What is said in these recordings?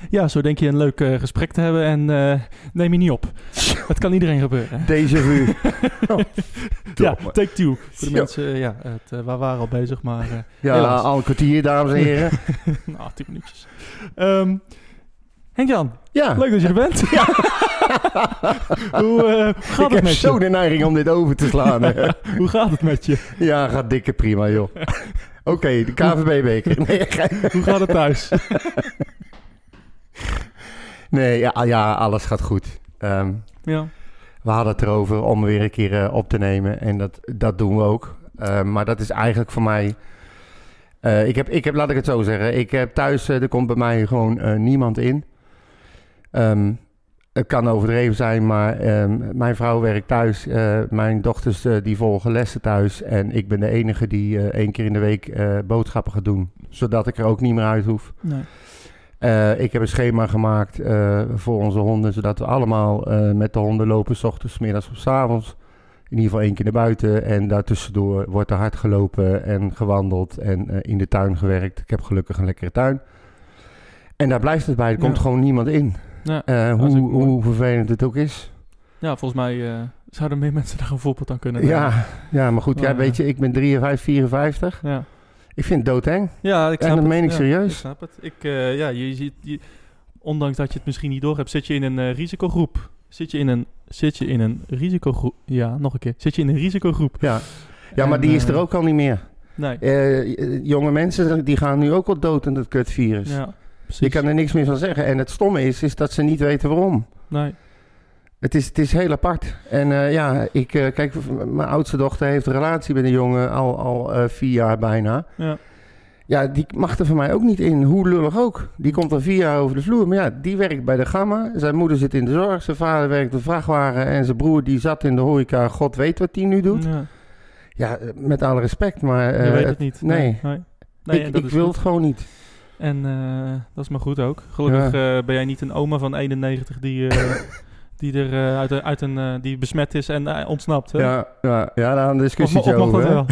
Ja, zo denk je een leuk gesprek te hebben en neem je niet op. Het kan iedereen gebeuren. Déjà vu. Ja, take two. Voor de mensen, we waren al bezig, maar... helaas. Al een kwartier, dames en heren. 10 minuutjes. Henk-Jan, Ja. leuk dat je er bent. Ja. Hoe gaat het met je? Ik heb zo de neiging om dit over te slaan. Hoe gaat het met je? Ja, gaat dikke prima, joh. Oké, de KVB-beker. Nee, hoe gaat het thuis? Nee, ja, alles gaat goed. Ja. We hadden het erover om weer een keer op te nemen. En dat doen we ook. Maar dat is eigenlijk voor mij... Ik heb, laat ik het zo zeggen. Ik heb thuis, er komt bij mij gewoon niemand in. Het kan overdreven zijn, maar mijn vrouw werkt thuis. Mijn dochters die volgen lessen thuis. En ik ben de enige die 1 keer in de week boodschappen gaat doen. Zodat ik er ook niet meer uit hoef. Nee. Ik heb een schema gemaakt voor onze honden. Zodat we allemaal met de honden lopen. 's ochtends, 's middags of 's avonds. In ieder geval 1 keer naar buiten. En daartussendoor wordt er hard gelopen en gewandeld. En in de tuin gewerkt. Ik heb gelukkig een lekkere tuin. En daar blijft het bij. Er komt gewoon niemand in. Ja, hoe vervelend het ook is. Ja, volgens mij zouden meer mensen daar een voorbeeld aan kunnen nemen. Ja, maar goed. Ja, weet je, ik ben 54. Ja. Ik vind het doodeng. Ja, ik snap het. En dat meen ik serieus. Ik snap het. Ondanks dat je het misschien niet door hebt, zit je in een risicogroep. Zit je in een risicogroep? Ja, nog een keer. Zit je in een risicogroep? Ja, maar die is er ook al niet meer. Nee. Jonge mensen, die gaan nu ook al dood in dat kutvirus. Ja, precies. Je kan er niks meer van zeggen. En het stomme is dat ze niet weten waarom. Nee. Het is heel apart. En kijk, mijn oudste dochter heeft een relatie met een jongen al 4 jaar bijna. Ja. Ja, die mag er voor mij ook niet in. Hoe lullig ook. Die komt al 4 jaar over de vloer. Maar ja, die werkt bij de Gamma. Zijn moeder zit in de zorg. Zijn vader werkt op de vrachtwagen. En zijn broer die zat in de horeca. God weet wat die nu doet. Ja, met alle respect. Maar je weet het niet. Nee. Ik wil het gewoon niet. En dat is maar goed ook. Gelukkig ben jij niet een oma van 91 die er die besmet is en ontsnapt. Hè? Ja, daar hadden we een discussie over. Wel.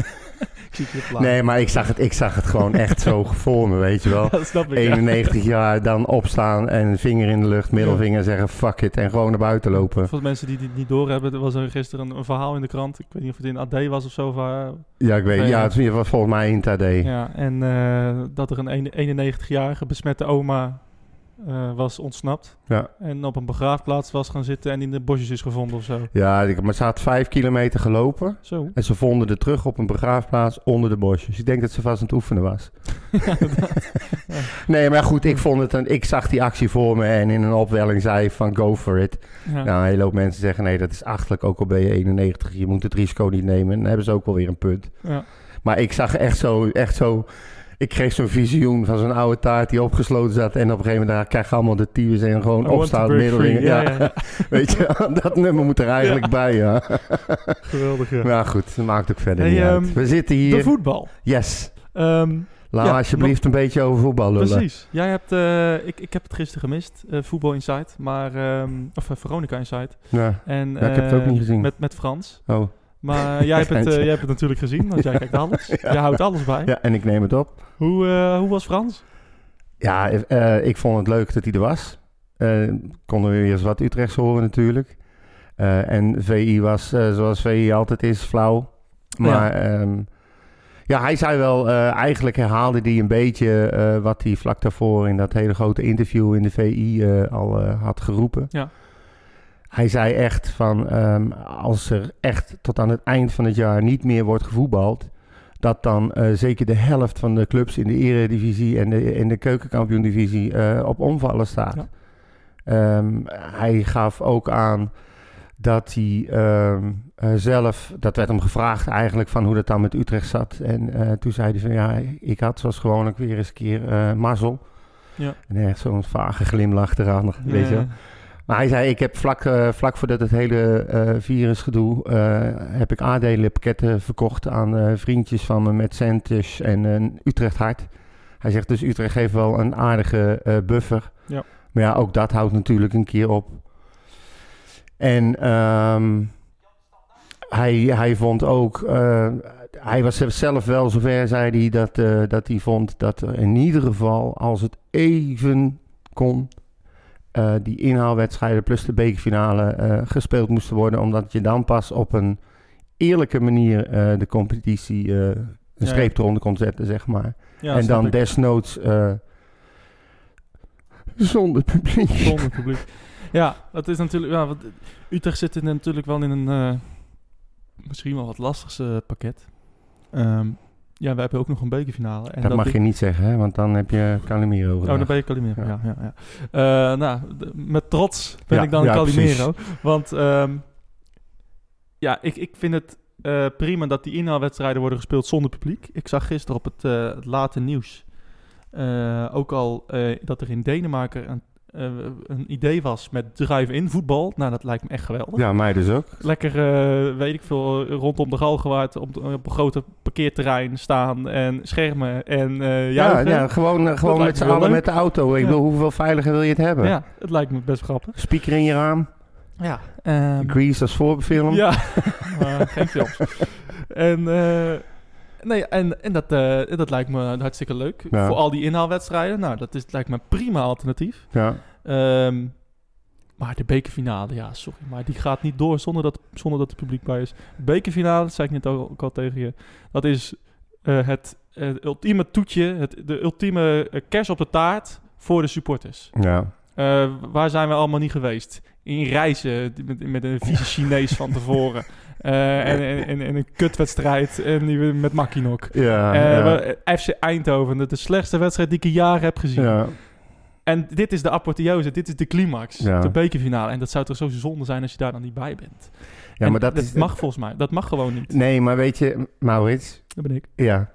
Nee, maar ik zag het gewoon echt zo voor me, weet je wel. Dat snap ik, 91 jaar, dan opstaan en vinger in de lucht, middelvinger zeggen fuck it en gewoon naar buiten lopen. Voor de mensen die het niet doorhebben, er was er gisteren een verhaal in de krant. Ik weet niet of het in AD was of zo. Ja, ik weet. Ja, het was volgens mij in het AD. Ja, en dat er een 91-jarige besmette oma was ontsnapt. Ja. En op een begraafplaats was gaan zitten en in de bosjes is gevonden of zo. Ja, maar ze had 5 kilometer gelopen. Zo. En ze vonden er terug op een begraafplaats onder de bosjes. Ik denk dat ze vast aan het oefenen was. Ja. Nee, maar goed, ik zag die actie voor me en in een opwelling zei van go for it. Ja. Nou, een hele hoop mensen zeggen nee, dat is achterlijk, ook al ben je 91. Je moet het risico niet nemen. En dan hebben ze ook wel weer een punt. Ja. Maar ik zag echt zo... Ik kreeg zo'n visioen van zo'n oude taart die opgesloten zat. En op een gegeven moment krijg je allemaal de tyfus en gewoon opstaan. Middelvinger. Ja. Weet je, dat nummer moet er eigenlijk bij. Ja. Geweldig, ja. Maar goed, dat maakt ook verder niet uit. We zitten hier... De voetbal. Yes. Laat alsjeblieft een beetje over voetbal lullen. Precies. Jij hebt... ik heb het gisteren gemist. Voetbal Insight. Maar... of Veronica Insight. Ja. En, ik heb het ook niet gezien. Met Frans. Oh. Maar jij hebt het natuurlijk gezien, want jij kijkt alles. Ja. Jij houdt alles bij. Ja, en ik neem het op. Hoe was Frans? Ja, ik vond het leuk dat hij er was. Konden we weer eens wat Utrechts horen natuurlijk. En VI was, zoals VI altijd is, flauw. Maar hij zei wel, eigenlijk herhaalde hij een beetje wat hij vlak daarvoor in dat hele grote interview in de VI al had geroepen. Ja. Hij zei echt van, als er echt tot aan het eind van het jaar niet meer wordt gevoetbald, dat dan zeker de helft van de clubs in de eredivisie en in de keukenkampioen-divisie op omvallen staat. Ja. Hij gaf ook aan dat hij zelf, dat werd hem gevraagd eigenlijk van hoe dat dan met Utrecht zat. En toen zei hij van ja, ik had zoals gewoonlijk weer eens een keer mazzel. Ja. En echt zo'n vage glimlach eraan, weet je wel. Maar hij zei, ik heb vlak voordat het hele virusgedoe, heb ik aandelenpakketten verkocht aan vriendjes van me met Centus en een Utrecht Hart. Hij zegt dus Utrecht geeft wel een aardige buffer. Ja. Maar ja, ook dat houdt natuurlijk een keer op. En hij vond ook, hij was zelf wel zover, zei hij, dat hij vond dat er in ieder geval, als het even kon... die inhaalwedstrijden plus de bekerfinale gespeeld moesten worden... omdat je dan pas op een eerlijke manier de competitie een streep eronder kon zetten, zeg maar. Ja, en dan desnoods zonder publiek. Zonder publiek. Ja, dat is natuurlijk... Ja, want Utrecht zit natuurlijk wel in een misschien wel wat lastigste pakket. Ja, wij hebben ook nog een bekerfinale. En dat mag je niet zeggen, hè? Want dan heb je Calimero gedaan. Oh, dan ben je Calimero. Ja. Nou, met trots ben ik dan Calimero. Precies. Want ik vind het prima dat die inhaalwedstrijden worden gespeeld zonder publiek. Ik zag gisteren op het late nieuws ook al dat er in Denemarken een idee was met drive-in voetbal. Nou, dat lijkt me echt geweldig. Ja, mij dus ook. Lekker, weet ik veel, rondom de Galgenwaard op een grote parkeerterrein staan en schermen en juichen. Ja, gewoon met z'n allen met de auto. Ik bedoel, hoeveel veiliger wil je het hebben? Ja, het lijkt me best grappig. Speaker in je raam. Ja. Grease als voorbeeld. Ja, geen films. En dat lijkt me hartstikke leuk. Ja. Voor al die inhaalwedstrijden. Nou, lijkt me een prima alternatief. Ja. Maar de bekerfinale, ja, sorry. Maar die gaat niet door zonder dat er publiek bij is. De bekerfinale, dat zei ik net ook al tegen je. Dat is het ultieme toetje. De ultieme kers op de taart voor de supporters. Ja. Waar zijn we allemaal niet geweest? In reizen met een vieze Chinees van tevoren. En een kutwedstrijd en met Mackinock. FC Eindhoven, de slechtste wedstrijd die ik in jaren heb gezien. Ja. En dit is de apotheose, dit is de climax, de bekerfinale. En dat zou toch zo zonde zijn als je daar dan niet bij bent. Ja, maar dat mag volgens mij, dat mag gewoon niet. Nee, maar weet je, Maurits. Dat ben ik. Ja.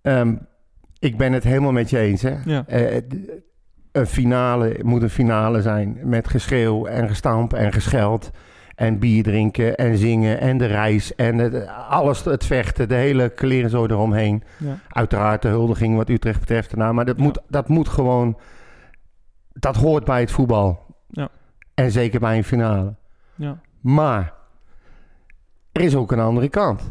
Ik ben het helemaal met je eens, hè. Ja. Een finale moet een finale zijn met geschreeuw en gestamp en gescheld en bier drinken en zingen en de reis en alles, het vechten, de hele klerenzooi eromheen. Ja. Uiteraard de huldiging wat Utrecht betreft daarna, maar dat moet gewoon, dat hoort bij het voetbal. Ja. En zeker bij een finale. Ja. Maar er is ook een andere kant.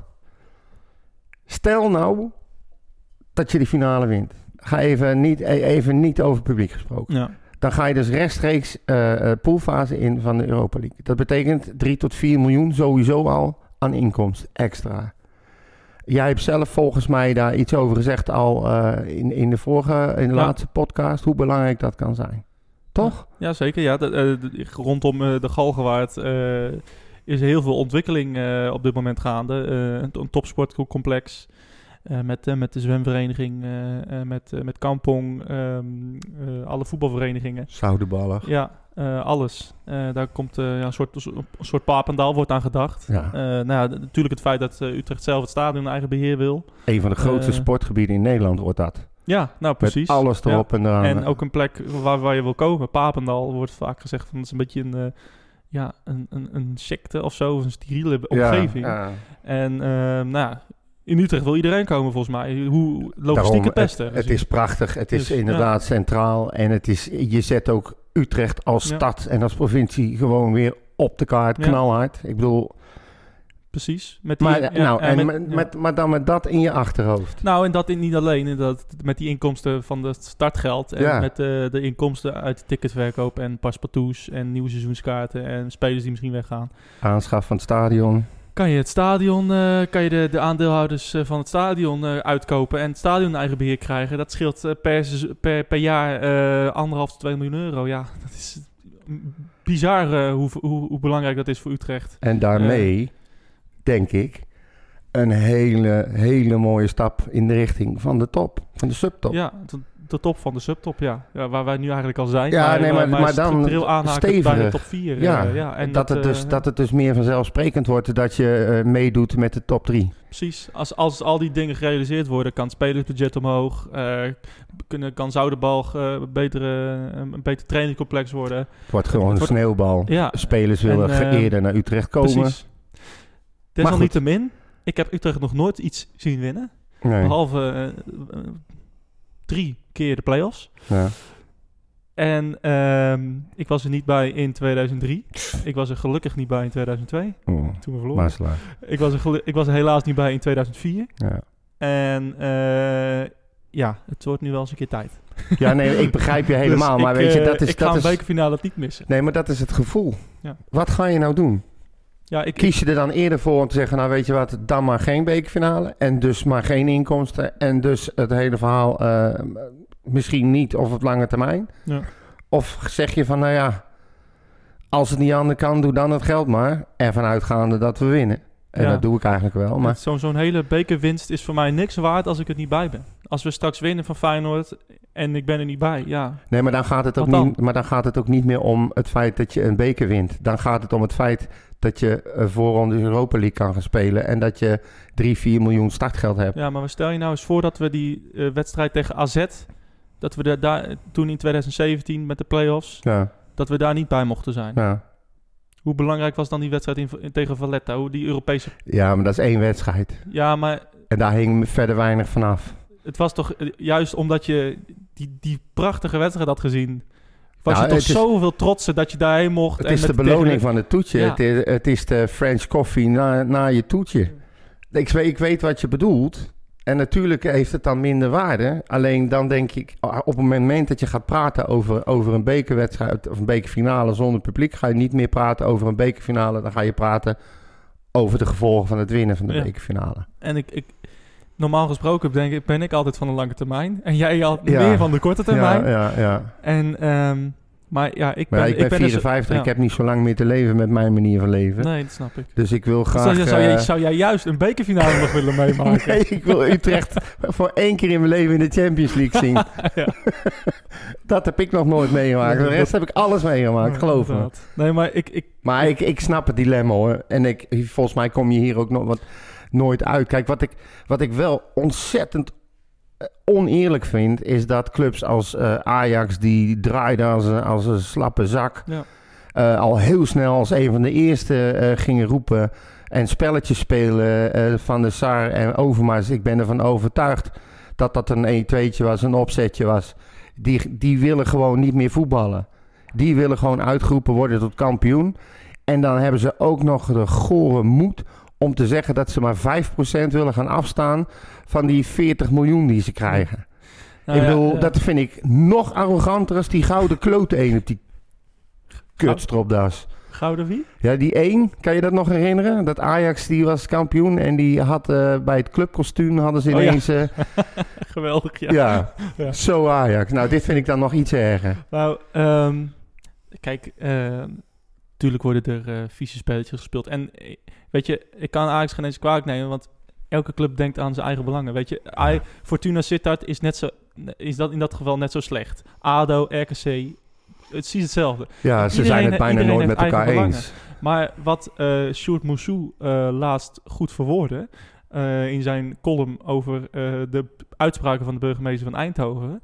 Stel nou dat je die finale wint. Ga even niet over publiek gesproken. Ja. Dan ga je dus rechtstreeks poolfase in van de Europa League. Dat betekent 3 tot 4 miljoen sowieso al aan inkomsten extra. Jij hebt zelf volgens mij daar iets over gezegd al in de laatste podcast. Hoe belangrijk dat kan zijn. Toch? Ja, zeker. Ja, rondom de Galgenwaard is heel veel ontwikkeling op dit moment gaande. Een topsportcomplex. Met de zwemvereniging, met Kampong, alle voetbalverenigingen. Zoudenballen. Ja, alles. Daar komt een soort Papendal wordt aan gedacht. Ja. Natuurlijk het feit dat Utrecht zelf het stadion in eigen beheer wil. Een van de grootste sportgebieden in Nederland wordt dat. Ja, nou precies. Met alles erop en eraan. En ook een plek waar je wil komen. Papendal wordt vaak gezegd van het is een beetje een secte of zo, of een steriele omgeving. Ja. En in Utrecht wil iedereen komen volgens mij. Hoe logistiek het beste. Het is prachtig. Het is inderdaad centraal. En je zet ook Utrecht als stad en als provincie gewoon weer op de kaart. Knalhard. Ik bedoel... Precies. Maar dan met dat in je achterhoofd. Nou, en dat niet alleen. Met die inkomsten van het startgeld. En met de inkomsten uit de ticketverkoop en paspartouts en nieuwe seizoenskaarten en spelers die misschien weggaan. Aanschaf van het stadion. Kan je het stadion, de aandeelhouders van het stadion uitkopen en het stadion in eigen beheer krijgen. Dat scheelt per jaar 1,5 tot 2 miljoen euro. Ja, dat is bizar hoe belangrijk dat is voor Utrecht. En daarmee, denk ik, een hele mooie stap in de richting van de top, van de subtop. Ja, de top van de subtop, ja. Waar wij nu eigenlijk al zijn. Ja, maar dan steviger. Bij de top 4. En dat het dus meer vanzelfsprekend wordt dat je meedoet met de top 3. Precies. Als al die dingen gerealiseerd worden, kan het spelersbudget omhoog. Kan Zoudenbalg een beter trainingcomplex worden. Het wordt gewoon een sneeuwbal. Ja. Spelers willen eerder naar Utrecht komen. Precies. Desalniettemin, ik heb Utrecht nog nooit iets zien winnen. Nee. Behalve 3 keer de play-offs. Ja. En ik was er niet bij in 2003. Ik was er gelukkig niet bij in 2002. Toen we verloren. Ik was er helaas niet bij in 2004. Ja. En ja, het wordt nu wel eens een keer tijd. Ja, nee, ik begrijp je helemaal. Dus maar weet je, ik ga een bekerfinale niet missen. Nee, maar dat is het gevoel. Ja. Wat ga je nou doen? Ja, Kies je er dan eerder voor om te zeggen, nou weet je wat, dan maar geen bekerfinale en dus maar geen inkomsten en dus het hele verhaal misschien niet of op lange termijn? Ja. Of zeg je van, nou ja, als het niet anders kan, doe dan het geld maar. Ervan uitgaande dat we winnen. En dat doe ik eigenlijk wel. Maar zo'n hele bekerwinst is voor mij niks waard als ik er niet bij ben. Als we straks winnen van Feyenoord en ik ben er niet bij, ja. Nee, maar dan gaat het ook niet. Maar dan gaat het ook niet meer om het feit dat je een beker wint. Dan gaat het om het feit dat je voorronde Europa League kan gaan spelen en dat je 3-4 miljoen startgeld hebt. Ja, maar stel je nou eens voor dat we die wedstrijd tegen AZ, dat we daar toen in 2017 met de play-offs, dat we daar niet bij mochten zijn. Ja. Hoe belangrijk was dan die wedstrijd tegen Valletta? Hoe die Europese... Ja, maar dat is 1 wedstrijd. Ja, maar... En daar hing verder weinig vanaf. Het was toch juist omdat je die prachtige wedstrijd had gezien, was je toch zoveel trotser dat je daarheen mocht. Het is de beloning van het toetje. Ja. Het is de French coffee na je toetje. Ik weet wat je bedoelt. En natuurlijk heeft het dan minder waarde. Alleen dan denk ik, op het moment dat je gaat praten over een bekerwedstrijd of een bekerfinale zonder publiek, ga je niet meer praten over een bekerfinale. Dan ga je praten over de gevolgen van het winnen van de bekerfinale. En ik normaal gesproken ben ik altijd van de lange termijn. En jij al meer van de korte termijn. Ja. En, maar ja, ik ben 54. Dus, ik heb niet zo lang meer te leven met mijn manier van leven. Nee, dat snap ik. Dus ik wil graag... Zou jij juist een bekerfinale nog willen meemaken? Nee, ik wil Utrecht voor 1 keer in mijn leven in de Champions League zien. Dat heb ik nog nooit meegemaakt. De rest heb ik alles meegemaakt, geloof me. Nee, maar Maar ik snap het dilemma, hoor. En volgens mij kom je hier ook nog nooit uit. Kijk, wat ik wel ontzettend oneerlijk vind, is dat clubs als Ajax, die draaiden als een slappe zak, al heel snel als een van de eerste gingen roepen en spelletjes spelen van de Sar en Overmars. Ik ben ervan overtuigd dat dat een 1-2'tje was, een opzetje was. Die willen gewoon niet meer voetballen. Die willen gewoon uitgeroepen worden tot kampioen. En dan hebben ze ook nog de gore moed om te zeggen dat ze maar 5% willen gaan afstaan van die 40 miljoen die ze krijgen. Nou, ik bedoel, dat vind ik nog arroganter als die gouden klote een op die kutstropdas. Gouden wie? Ja, die 1, kan je dat nog herinneren? Dat Ajax, die was kampioen en die had bij het clubkostuum hadden ze ineens... Geweldig, ja. Zo Ajax. Nou, dit vind ik dan nog iets erger. Nou, kijk, natuurlijk worden er vieze spelletjes gespeeld. En weet je, ik kan Ajax geen eens kwalijk nemen, want elke club denkt aan zijn eigen belangen. Weet je, Fortuna Sittard is dat in dat geval net zo slecht. ADO, RKC, het is hetzelfde. Ja, ze zijn het bijna nooit met elkaar eens. Maar wat Sjoerd Moussou laatst goed verwoordde in zijn column over de uitspraken van de burgemeester van Eindhoven,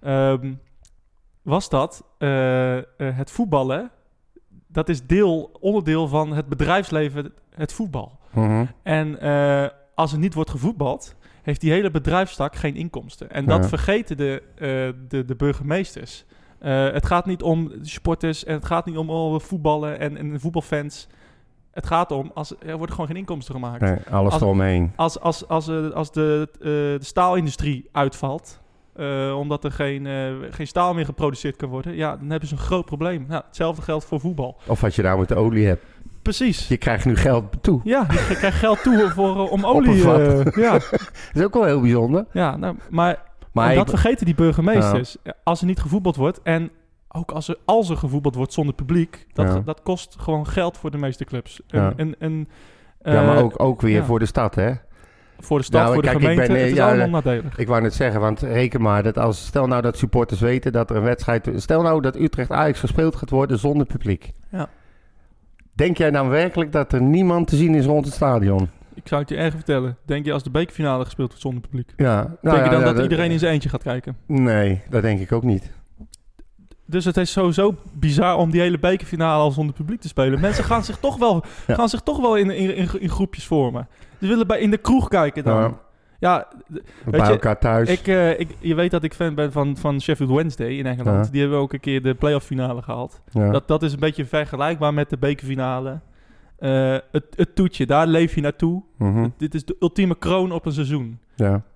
was dat het voetballen, dat is onderdeel van het bedrijfsleven, het voetbal. Mm-hmm. En als er niet wordt gevoetbald, heeft die hele bedrijfstak geen inkomsten. En dat vergeten de burgemeesters. Het gaat niet om de sporters en het gaat niet om voetballen en voetbalfans. Het gaat om, er worden gewoon geen inkomsten gemaakt. Nee, alles eromheen. Als de staalindustrie uitvalt, omdat er geen staal meer geproduceerd kan worden, dan hebben ze een groot probleem. Nou, hetzelfde geldt voor voetbal. Of wat je nou met de olie hebt. Precies. Je krijgt nu geld toe. Ja, je krijgt geld toe om olie. Dat is ook wel heel bijzonder. Ja, nou, maar dat vergeten die burgemeesters. Ja. Als er niet gevoetbald wordt en ook als er gevoetbald wordt zonder publiek, dat kost gewoon geld voor de meeste clubs. Maar ook weer voor de stad, hè? Voor de stad, voor de gemeente, het is allemaal nadelig. Ik wou net zeggen, want reken maar dat stel nou dat supporters weten dat er een wedstrijd... Stel nou dat Utrecht-Ajax gespeeld gaat worden zonder publiek. Ja. Denk jij dan werkelijk dat er niemand te zien is rond het stadion? Ik zou het je erg vertellen. Denk je als de bekerfinale gespeeld wordt zonder publiek? Ja. Denk je dan dat iedereen in zijn eentje gaat kijken? Nee, dat denk ik ook niet. Dus het is sowieso bizar om die hele bekerfinale al zonder publiek te spelen. Mensen gaan zich toch wel in groepjes vormen. Ze willen in de kroeg kijken dan. Bij elkaar thuis. Je weet dat ik fan ben van Sheffield Wednesday in Engeland. Ja. Die hebben ook een keer de playoff finale gehaald. Ja. Dat is een beetje vergelijkbaar met de bekerfinale. Het toetje, daar leef je naartoe. Mm-hmm. Dit is de ultieme kroon op een seizoen. Ja.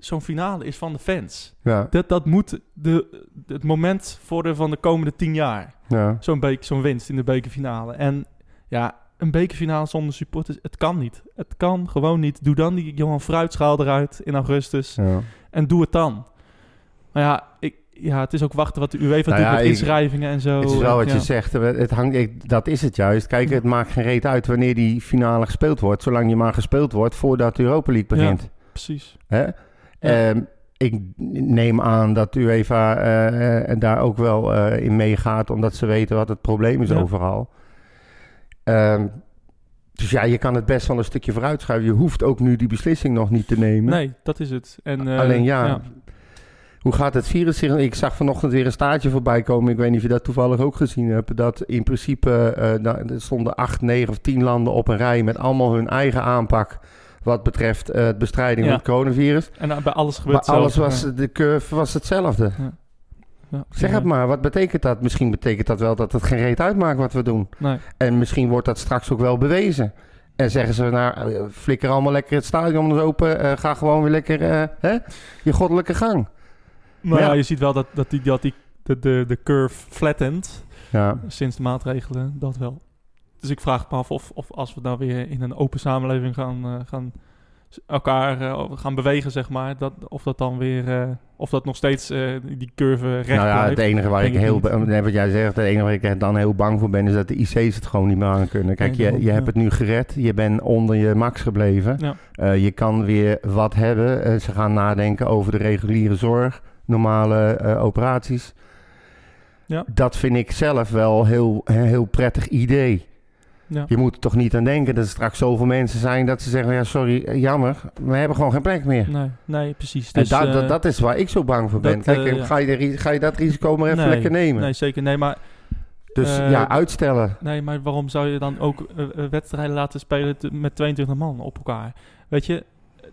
zo'n finale is van de fans. Ja. Dat moet het moment worden van de komende 10 jaar. Ja. Zo'n winst in de bekerfinale. En ja, een bekerfinale zonder supporters, het kan niet. Het kan gewoon niet. Doe dan die Johan Fruitschaal eruit in augustus. Ja. En doe het dan. Maar ja, het is ook wachten wat de UEFA doet met inschrijvingen en zo. Het is wel wat je zegt. Dat is het juist. Kijk, het maakt geen reet uit wanneer die finale gespeeld wordt. Zolang je maar gespeeld wordt voordat de Europa League begint. Ja, precies. Hè? Ja. Ik neem aan dat UEFA daar ook wel in meegaat, omdat ze weten wat het probleem is overal. Dus ja, je kan het best wel een stukje vooruitschuiven. Je hoeft ook nu die beslissing nog niet te nemen. Nee, dat is het. En, alleen hoe gaat het virus zich... Ik zag vanochtend weer een staartje voorbij komen. Ik weet niet of je dat toevallig ook gezien hebt. Dat in principe er stonden 8, 9 of 10 landen op een rij met allemaal hun eigen aanpak wat betreft de bestrijding van het coronavirus. En bij alles gebeurt bij alles was de curve was hetzelfde. Ja. Ja, zeg het maar, wat betekent dat? Misschien betekent dat wel dat het geen reet uitmaakt wat we doen. Nee. En misschien wordt dat straks ook wel bewezen. En zeggen ze, flikker allemaal lekker het stadion open. Ga gewoon weer lekker je goddelijke gang. Nou ja, je ziet wel dat de curve flattent. Ja. Sinds de maatregelen, dat wel. Dus ik vraag me af of als we nou weer in een open samenleving gaan elkaar gaan bewegen, zeg maar, of dat dan weer, of dat nog steeds die curve recht blijft. Het enige waar wat jij zegt, het enige waar ik dan heel bang voor ben, is dat de IC's het gewoon niet meer aan kunnen. Kijk, je hebt het nu gered, je bent onder je max gebleven. Ja. Je kan weer wat hebben. Ze gaan nadenken over de reguliere zorg, normale operaties. Ja. Dat vind ik zelf wel heel prettig idee. Ja. Je moet er toch niet aan denken dat er straks zoveel mensen zijn dat ze zeggen, ja sorry, jammer, we hebben gewoon geen plek meer. Nee, precies. Dus, dat is waar ik zo bang voor ben. Kijk, ga je dat risico maar even lekker nemen? Nee, zeker. Nee, maar... Dus uitstellen. Nee, maar waarom zou je dan ook wedstrijden laten spelen met 22 man op elkaar? Weet je,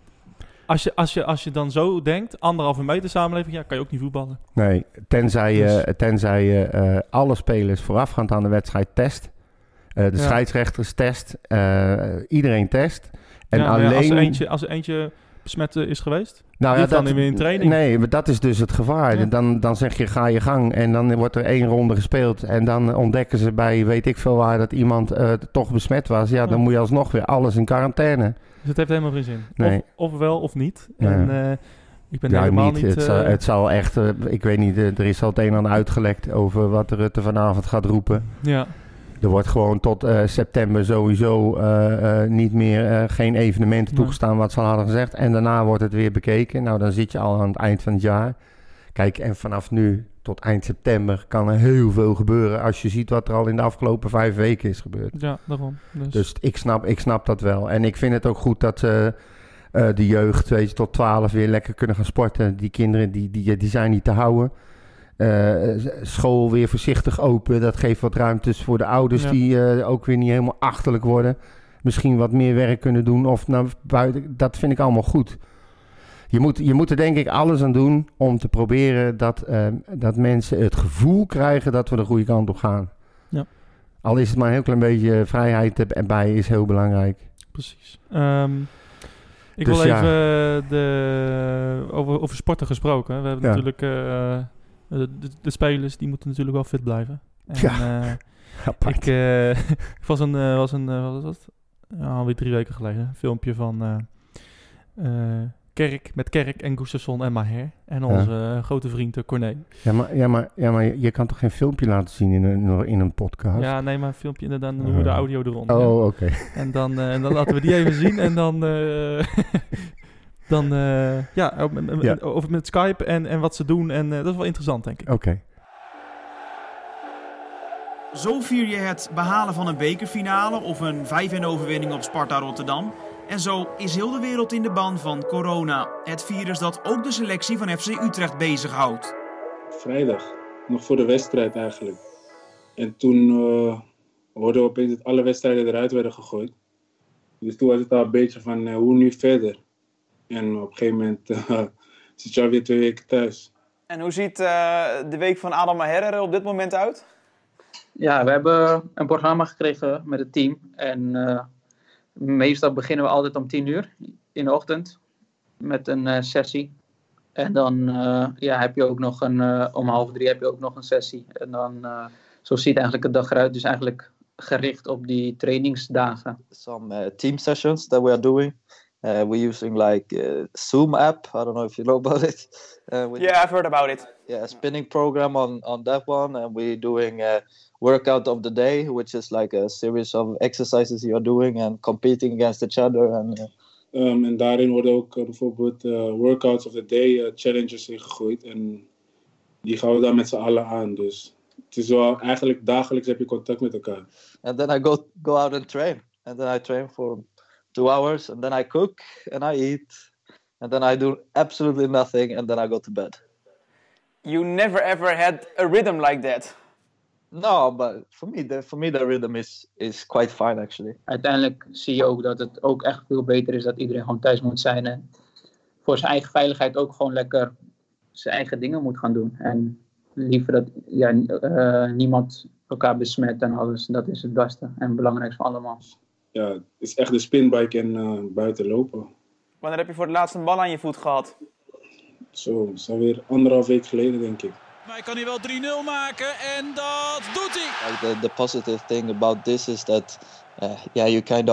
als je dan zo denkt, 1,5 meter samenleving, kan je ook niet voetballen. Nee, tenzij je alle spelers voorafgaand aan de wedstrijd test. De scheidsrechters test. Iedereen test. En alleen... Als er eentje besmet is geweest, dan weer in training. Nee, maar dat is dus het gevaar. Ja. Dan zeg je, ga je gang. En dan wordt er 1 ronde gespeeld. En dan ontdekken ze bij weet ik veel waar dat iemand toch besmet was. Ja, dan moet je alsnog weer alles in quarantaine. Dus het heeft helemaal geen zin. Nee. Of wel of niet. En ik ben helemaal niet... Het zal echt... ik weet niet, er is al het een en ander uitgelekt over wat Rutte vanavond gaat roepen. Ja. Er wordt gewoon tot september sowieso niet meer geen evenementen toegestaan wat ze al hadden gezegd. En daarna wordt het weer bekeken. Nou, dan zit je al aan het eind van het jaar. Kijk, en vanaf nu tot eind september kan er heel veel gebeuren als je ziet wat er al in de afgelopen 5 weken is gebeurd. Ja, daarom. Dus ik snap dat wel. En ik vind het ook goed dat de jeugd, weet je, tot 12 weer lekker kunnen gaan sporten. Die kinderen, die zijn niet te houden. School weer voorzichtig open. Dat geeft wat ruimtes voor de ouders die ook weer niet helemaal achterlijk worden. Misschien wat meer werk kunnen doen of naar buiten. Dat vind ik allemaal goed. Je moet er denk ik alles aan doen om te proberen dat mensen het gevoel krijgen dat we de goede kant op gaan. Ja. Al is het maar een heel klein beetje vrijheid erbij is heel belangrijk. Precies. Ik wil even over sporten gesproken. We hebben natuurlijk... De spelers, die moeten natuurlijk wel fit blijven. En, ik was wat was dat? Alweer 3 weken geleden. Een filmpje van Kerk en Gustafsson en Maher. En onze grote vriend Corné. Ja, maar je kan toch geen filmpje laten zien in een podcast? Ja, nee, maar een filmpje inderdaad. Dan doen we de audio eronder. Oh, oké. En dan laten we die even zien. En dan... over met Skype en wat ze doen. En dat is wel interessant, denk ik. Oké. Zo vier je het behalen van een bekerfinale of een 5-1 op Sparta Rotterdam. En zo is heel de wereld in de ban van corona. Het virus dat ook de selectie van FC Utrecht bezighoudt. Vrijdag, nog voor de wedstrijd eigenlijk. En toen hoorden we opeens dat alle wedstrijden eruit werden gegooid. Dus toen was het al een beetje van hoe nu verder. En op een gegeven moment zit je alweer 2 weken thuis. En hoe ziet de week van Adam Maher er op dit moment uit? Ja, we hebben een programma gekregen met het team. En meestal beginnen we altijd om 10 uur in de ochtend met een sessie. En dan heb je ook nog om 2:30 heb je ook nog een sessie. En dan, zo ziet eigenlijk de dag eruit. Dus eigenlijk gericht op die trainingsdagen. Some team sessions that we are doing. We're using like Zoom app. I don't know if you know about it. I've heard about it. Yeah, a spinning program on that one. And we're doing a workout of the day, which is like a series of exercises you are doing and competing against each other. En daarin worden ook bijvoorbeeld workouts of the day challenges ingegooid. En die gaan we dan met z'n allen aan. Dus het is wel eigenlijk dagelijks heb je contact met elkaar. And then I go out and train. And then I train for 2 hours. And then I cook and I eat. And then I do absolutely nothing. And then I go to bed. You never ever had a rhythm like that? No, but for me the rhythm is quite fine actually. Uiteindelijk zie je ook dat het ook echt veel beter is dat iedereen gewoon thuis moet zijn. En voor zijn eigen veiligheid ook gewoon lekker zijn eigen dingen moet gaan doen. En liever dat niemand elkaar besmet en alles. Dat is het beste en het belangrijkste van allemaal. Ja, het is echt de spinbike en buiten lopen. Wanneer heb je voor het laatst een bal aan je voet gehad? Zo, dat is alweer 1,5 week geleden, denk ik. Maar hij kan hier wel 3-0 maken en dat doet hij. Like the positive thing about this is that you kind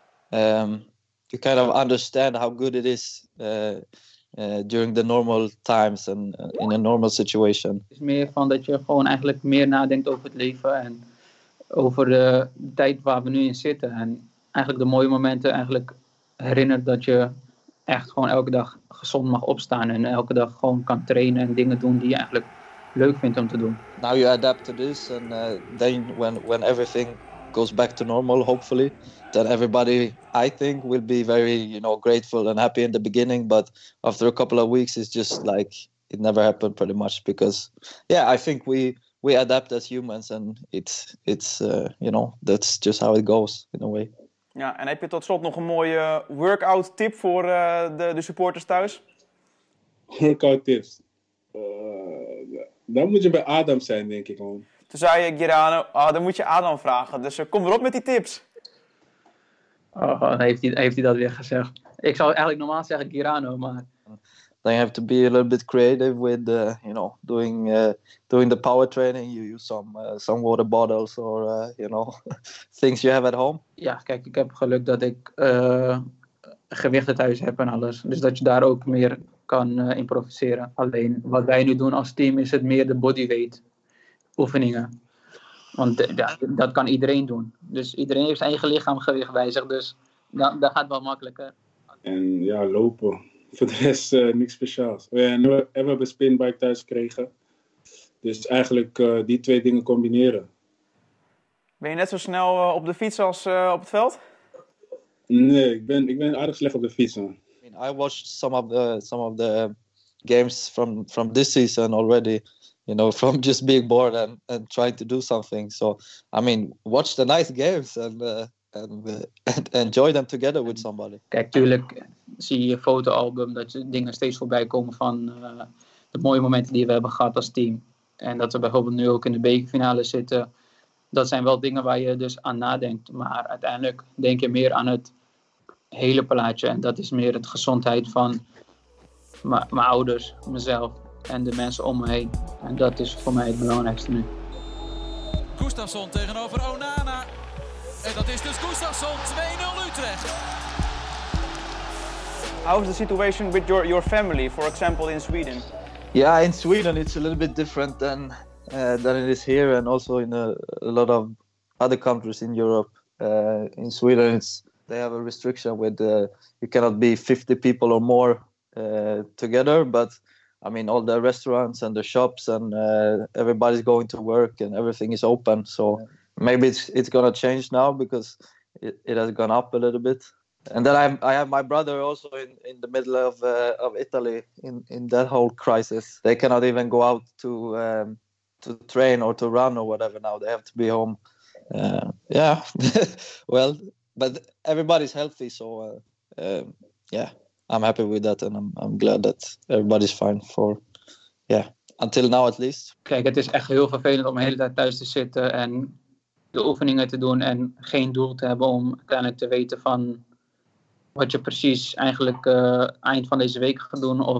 of understand how good it is during the normal times and in a normal situation. Het is meer van dat je gewoon eigenlijk meer nadenkt over het leven en over de tijd waar we nu in zitten. En eigenlijk de mooie momenten eigenlijk herinnert dat je echt gewoon elke dag gezond mag opstaan en elke dag gewoon kan trainen en dingen doen die je eigenlijk leuk vindt om te doen. Now you adapt to this and then when everything goes back to normal, hopefully, then everybody, I think, will be very, grateful and happy in the beginning, but after a couple of weeks it's just like it never happened pretty much because I think we adapt as humans and it's that's just how it goes in a way. Ja, en heb je tot slot nog een mooie workout tip voor de supporters thuis? Workout tips? Dan moet je bij Adam zijn, denk ik gewoon. Toen zei je, Girano, dan moet je Adam vragen. Dus kom erop met die tips. Dan heeft hij dat weer gezegd. Ik zou eigenlijk normaal zeggen Girano, maar... Then you have to be a little bit creative with, doing the power training. You use some water bottles or, things you have at home. Ja, kijk, ik heb geluk dat ik gewichten thuis heb en alles. Dus dat je daar ook meer kan improviseren. Alleen, wat wij nu doen als team is het meer de bodyweight oefeningen. Want dat kan iedereen doen. Dus iedereen heeft zijn eigen lichaamgewicht bij zich. Dus dat gaat wel makkelijker. En ja, lopen. Voor de rest niks speciaals. En we hebben een spinbike thuis gekregen. Dus eigenlijk die 2 dingen combineren. Ben je net zo snel op de fiets als op het veld? Nee, ik ben aardig slecht op de fiets, man. I watched some of the games from this season already, from just being bored and trying to do something. So, watch the nice games and enjoy them together with somebody. Kijk, tuurlijk zie je fotoalbum dat je dingen steeds voorbij komen van de mooie momenten die we hebben gehad als team. En dat we bijvoorbeeld nu ook in de bekerfinale zitten. Dat zijn wel dingen waar je dus aan nadenkt. Maar uiteindelijk denk je meer aan het hele plaatje. En dat is meer het gezondheid van mijn ouders, mezelf en de mensen om me heen. En dat is voor mij het belangrijkste nu. Gustafsson tegenover Onana. En dat is dus Gustafsson, 2-0 Utrecht. How is the situation with your family, for example, in Sweden? Yeah, in Sweden it's a little bit different than it is here and also in a lot of other countries in Europe. In Sweden they have a restriction with you cannot be 50 people or more together, but all the restaurants and the shops and everybody's going to work and everything is open, so maybe it's gonna change now because it has gone up a little bit. And then I have my brother also in the middle of Italy in that whole crisis. They cannot even go out to train or to run or whatever now. They have to be home. Well, but everybody's healthy, so I'm happy with that, and I'm glad that everybody's fine until now at least. Kijk, het is echt heel vervelend om de hele tijd thuis te zitten en de oefeningen te doen en geen doel te hebben om uiteindelijk te weten van wat je precies eigenlijk eind van deze week gaat doen of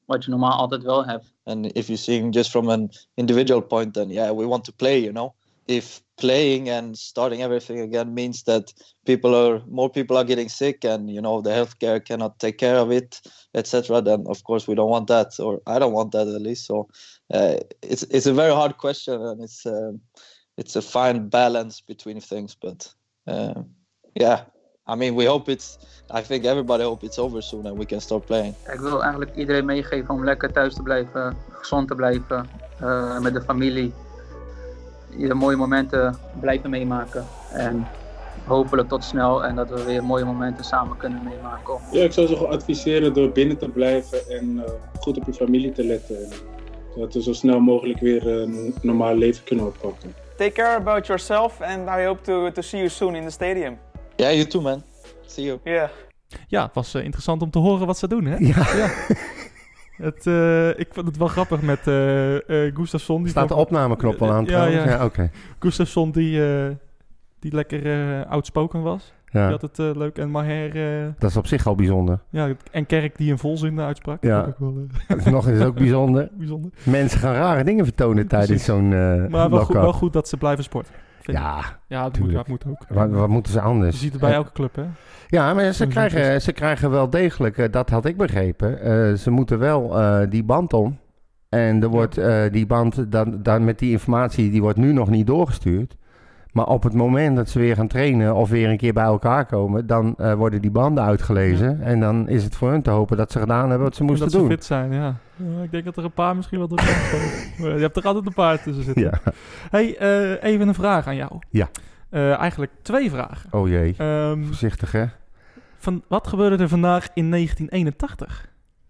wat je normaal altijd wel hebt. And if you're seeing just from an individual point, then yeah, we want to play, If playing and starting everything again means that more people are getting sick and, the healthcare cannot take care of it, etc., then of course we don't want that, or I don't want that at least. So it's a very hard question, and it's a fine balance between things. But yeah, I mean, I think everybody hopes it's over soon and we can start playing. Ik wil eigenlijk iedereen meegeven om lekker thuis te blijven, gezond te blijven, met de familie. De mooie momenten blijven meemaken. En hopelijk tot snel en dat we weer mooie momenten samen kunnen meemaken. Ja, ik zou ze gewoon adviseren door binnen te blijven en goed op je familie te letten. Zodat we zo snel mogelijk weer een normaal leven kunnen oppakken. Take care about yourself and I hope to see you soon in the stadium. Yeah, you too, man. See you. Yeah. Ja, het was interessant om te horen wat ze doen, hè? Ja. Ik vond het wel grappig met Gustafsson. Staat de opnameknop wel aan trouwens? Ja, oké. Gustafsson die lekker outspoken was. Ja. Die had het leuk. En Maher... dat is op zich al bijzonder. Ja, en Kerk die een volzin uitsprak. Ja, ook wel, nog is ook bijzonder. Mensen gaan rare dingen vertonen tijdens zo'n maar wel goed dat ze blijven sporten. Ja, dat moet ook. Wat moeten ze anders? Je ziet het bij elke club, hè? Ja, maar ze krijgen wel degelijk, dat had ik begrepen, ze moeten wel die band om. En er wordt die band, dan met die informatie, die wordt nu nog niet doorgestuurd. Maar op het moment dat ze weer gaan trainen of weer een keer bij elkaar komen, dan worden die banden uitgelezen. Ja. En dan is het voor hun te hopen dat ze gedaan hebben wat ze moesten doen. Dat ze fit zijn, ja. Ik denk dat er een paar misschien wel door komen. Je hebt er altijd een paar tussen zitten. Ja. Hey, even een vraag aan jou. Ja. Eigenlijk 2 vragen. Oh jee, voorzichtig hè. Wat gebeurde er vandaag in 1981?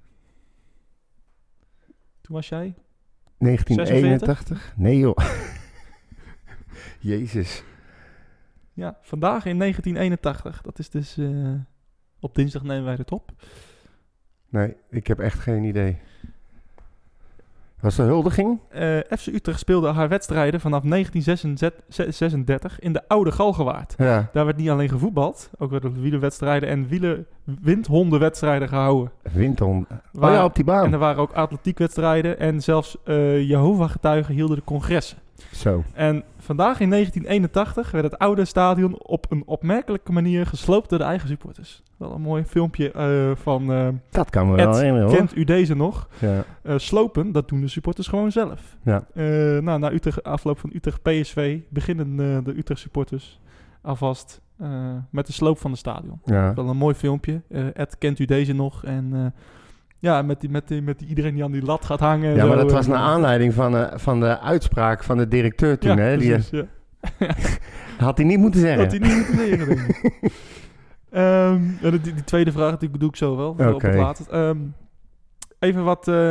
Toen was jij? 1981? 46? Nee joh. Jezus. Ja, vandaag in 1981. Dat is dus... op dinsdag nemen wij het op. Nee, ik heb echt geen idee. Was er huldiging? FC Utrecht speelde haar wedstrijden vanaf 1936 in de Oude Galgenwaard. Ja. Daar werd niet alleen gevoetbald, ook werden wielerwedstrijden en windhondenwedstrijden gehouden. Windhonden? Ja, op die baan. En er waren ook atletiekwedstrijden en zelfs Jehovah-getuigen hielden de congressen. Zo. En vandaag in 1981 werd het oude stadion op een opmerkelijke manier gesloopt door de eigen supporters. Wel een mooi filmpje van... dat kan me wel herinneren, hoor. Kent u deze nog? Ja. Slopen, dat doen de supporters gewoon zelf. Ja. Na afloop van Utrecht PSV beginnen de Utrecht supporters alvast met de sloop van het stadion. Ja. Wel een mooi filmpje. Kent u deze nog? En... ja, met iedereen die aan die lat gaat hangen. Ja, maar dat was naar aanleiding van de uitspraak van de directeur toen. Ja, hè? Precies, Had hij niet moeten zeggen. Had hij niet moeten zeggen, denk ik. Die tweede vraag die doe ik zo wel. Okay. Op het laatst. Even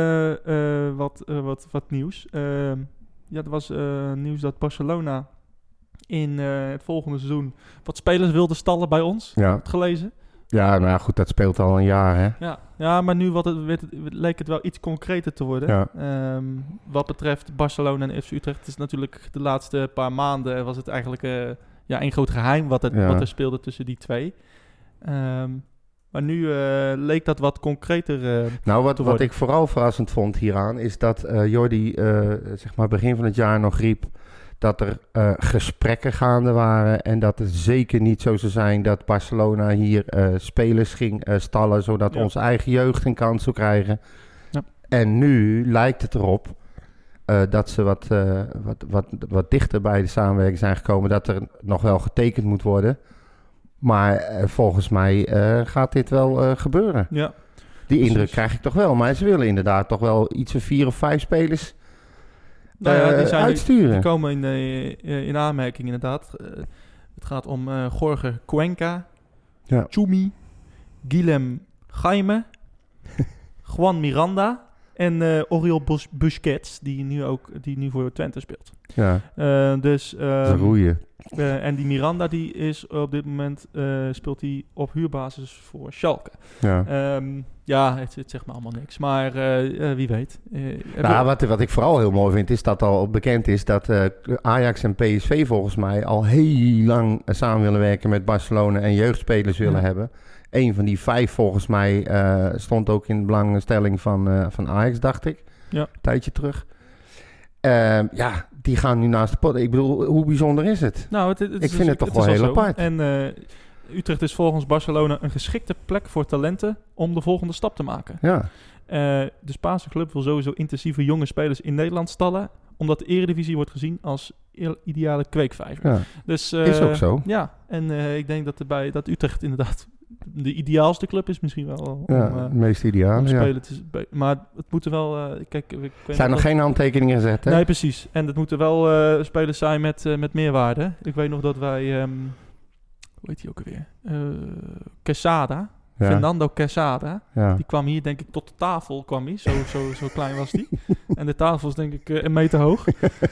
wat nieuws. Er was nieuws dat Barcelona in het volgende seizoen wat spelers wilde stallen bij ons. Ja. Heb je gelezen? Ja, nou goed, dat speelt al een jaar, hè? Ja, maar nu leek het wel iets concreter te worden. Ja. Wat betreft Barcelona en FC Utrecht is natuurlijk de laatste paar maanden was het eigenlijk een groot geheim wat er speelde tussen die twee. Maar nu leek dat wat concreter wat ik vooral verrassend vond hieraan is dat Jordi zeg maar begin van het jaar nog riep dat er gesprekken gaande waren en dat het zeker niet zo zou zijn dat Barcelona hier spelers ging stallen, zodat onze eigen jeugd een kans zou krijgen. Ja. En nu lijkt het erop dat ze wat dichter bij de samenwerking zijn gekomen, dat er nog wel getekend moet worden. Maar volgens mij gaat dit wel gebeuren. Ja. Die indruk krijg ik toch wel. Maar ze willen inderdaad toch wel iets van 4 of 5 spelers uitsturen. Die komen in aanmerking inderdaad. Het gaat om Jorge Cuenca, Chumi, Guillem Jaime, Juan Miranda en Oriol Busquets, die nu voor Twente speelt. Ja, dus roeien. En die Miranda die is op dit moment speelt hij op huurbasis voor Schalke. Ja, het zegt me allemaal niks, maar wie weet. Wat ik vooral heel mooi vind is dat al bekend is dat Ajax en PSV volgens mij al heel lang samen willen werken met Barcelona en jeugdspelers willen hebben. Een van die 5 volgens mij stond ook in de belangstelling van Ajax, dacht ik. Ja. Een tijdje terug. Die gaan nu naast de pot. Ik bedoel, hoe bijzonder is het? Nou, ik vind het toch wel heel apart. En Utrecht is volgens Barcelona een geschikte plek voor talenten om de volgende stap te maken. Ja. De Spaanse club wil sowieso intensieve jonge spelers in Nederland stallen, omdat de Eredivisie wordt gezien als ideale kweekvijver. Ja. Dus, is ook zo. Ja, en ik denk dat Utrecht inderdaad de ideaalste club is misschien wel. Het meest ideaal, spelen maar het moeten wel... zijn nog geen handtekeningen gezet, hè? Nee, precies. En het moeten wel spelers zijn met meerwaarde. Ik weet nog dat wij... hoe heet die ook alweer? Quesada. Ja. Fernando Quesada. Ja. Die kwam hier, denk ik, tot de tafel kwam hij. Zo klein was die. En de tafel is, denk ik, 1 meter hoog.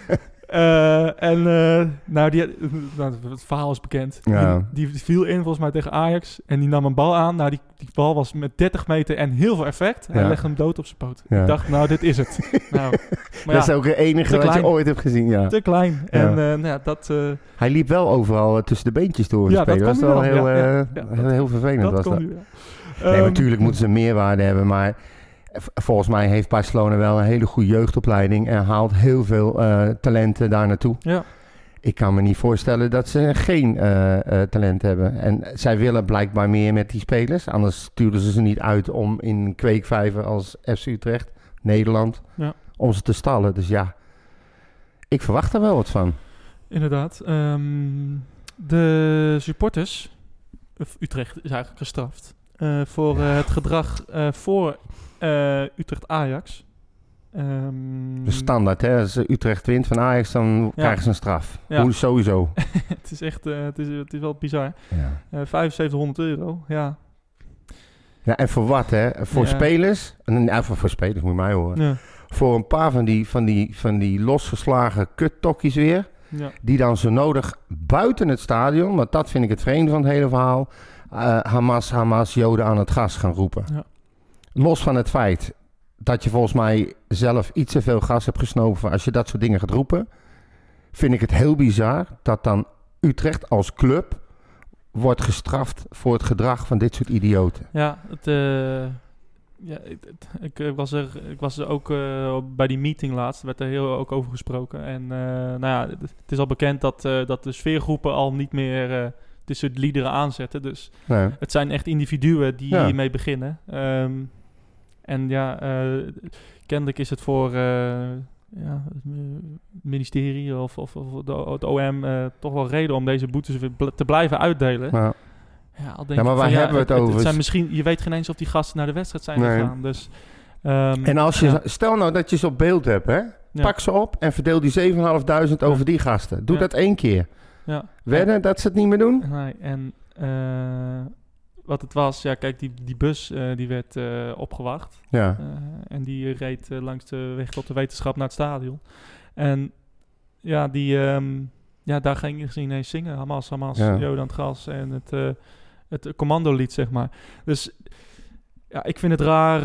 Het verhaal is bekend. Ja. Die viel in volgens mij tegen Ajax. En die nam een bal aan. Nou, die bal was met 30 meter en heel veel effect. Hij legde hem dood op zijn poot. Ja. Ik dacht, nou, dit is het. Maar dat is ook het enige wat je ooit hebt gezien. Ja. Te klein. En dat... Hij liep wel overal tussen de beentjes door. Ja, dat was wel heel vervelend. Dat was dat. Nee, natuurlijk moeten ze meerwaarde hebben, maar... Volgens mij heeft Barcelona wel een hele goede jeugdopleiding en haalt heel veel talenten daar naartoe. Ja. Ik kan me niet voorstellen dat ze geen talent hebben. En zij willen blijkbaar meer met die spelers. Anders sturen ze niet uit om in kweekvijver als FC Utrecht, Nederland, om ze te stallen. Dus ja, ik verwacht er wel wat van. Inderdaad. De supporters, Utrecht is eigenlijk gestraft, voor het gedrag voor... Utrecht-Ajax. De standaard, hè? Als Utrecht wint van Ajax, dan krijgen ze een straf. Ja. Hoe sowieso. Het is echt, het is wel bizar. Ja. €7500, ja. Ja, en voor wat, hè? Voor spelers, voor spelers moet je mij horen. Ja. Voor een paar van die losgeslagen kuttokkies weer, die dan zo nodig buiten het stadion, want dat vind ik het vreemde van het hele verhaal, Hamas, Joden aan het gas gaan roepen. Ja. Los van het feit dat je volgens mij zelf iets te veel gas hebt gesnoven als je dat soort dingen gaat roepen, vind ik het heel bizar dat dan Utrecht als club wordt gestraft voor het gedrag van dit soort idioten. Ja, ik was er ook bij die meeting laatst, werd er heel ook over gesproken. En het is al bekend dat de sfeergroepen al niet meer dit soort liederen aanzetten. Dus het zijn echt individuen die hiermee beginnen. Kennelijk is het voor het ministerie of het OM toch wel reden om deze boetes te blijven uitdelen. Ja. Maar waar hebben we het over? Het zijn misschien, je weet geen eens of die gasten naar de wedstrijd zijn gegaan. Dus, en als je, stel nou dat je ze op beeld hebt, hè? Pak ze op en verdeel die 7.500 over die gasten. Doe dat 1 keer. Ja. Wedden dat ze het niet meer doen? Nee, en wat het was, kijk, die bus die werd opgewacht. Ja. En die reed langs de weg tot de wetenschap naar het stadion. En daar ging ze ineens zingen. Hamas, Joden aan het gas. En het commandolied, zeg maar. Dus ik vind het raar.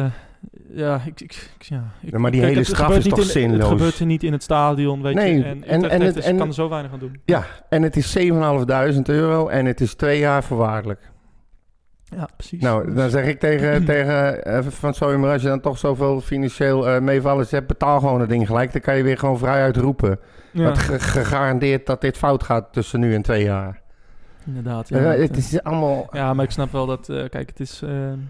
Maar die hele straf is toch zinloos? Het gebeurt er niet in het stadion, weet je. En kan er zo weinig aan doen. Ja, en het is €7.500 en het is 2 jaar voorwaardelijk. Ja, precies. Nou, dan zeg ik tegen Van Sooijer, als je dan toch zoveel financieel meevallers hebt, betaal gewoon het ding gelijk. Dan kan je weer gewoon vrijuit roepen. Ja. Het gegarandeerd dat dit fout gaat tussen nu en 2 jaar. Inderdaad, het is allemaal... Ja, maar ik snap wel dat... kijk, het is...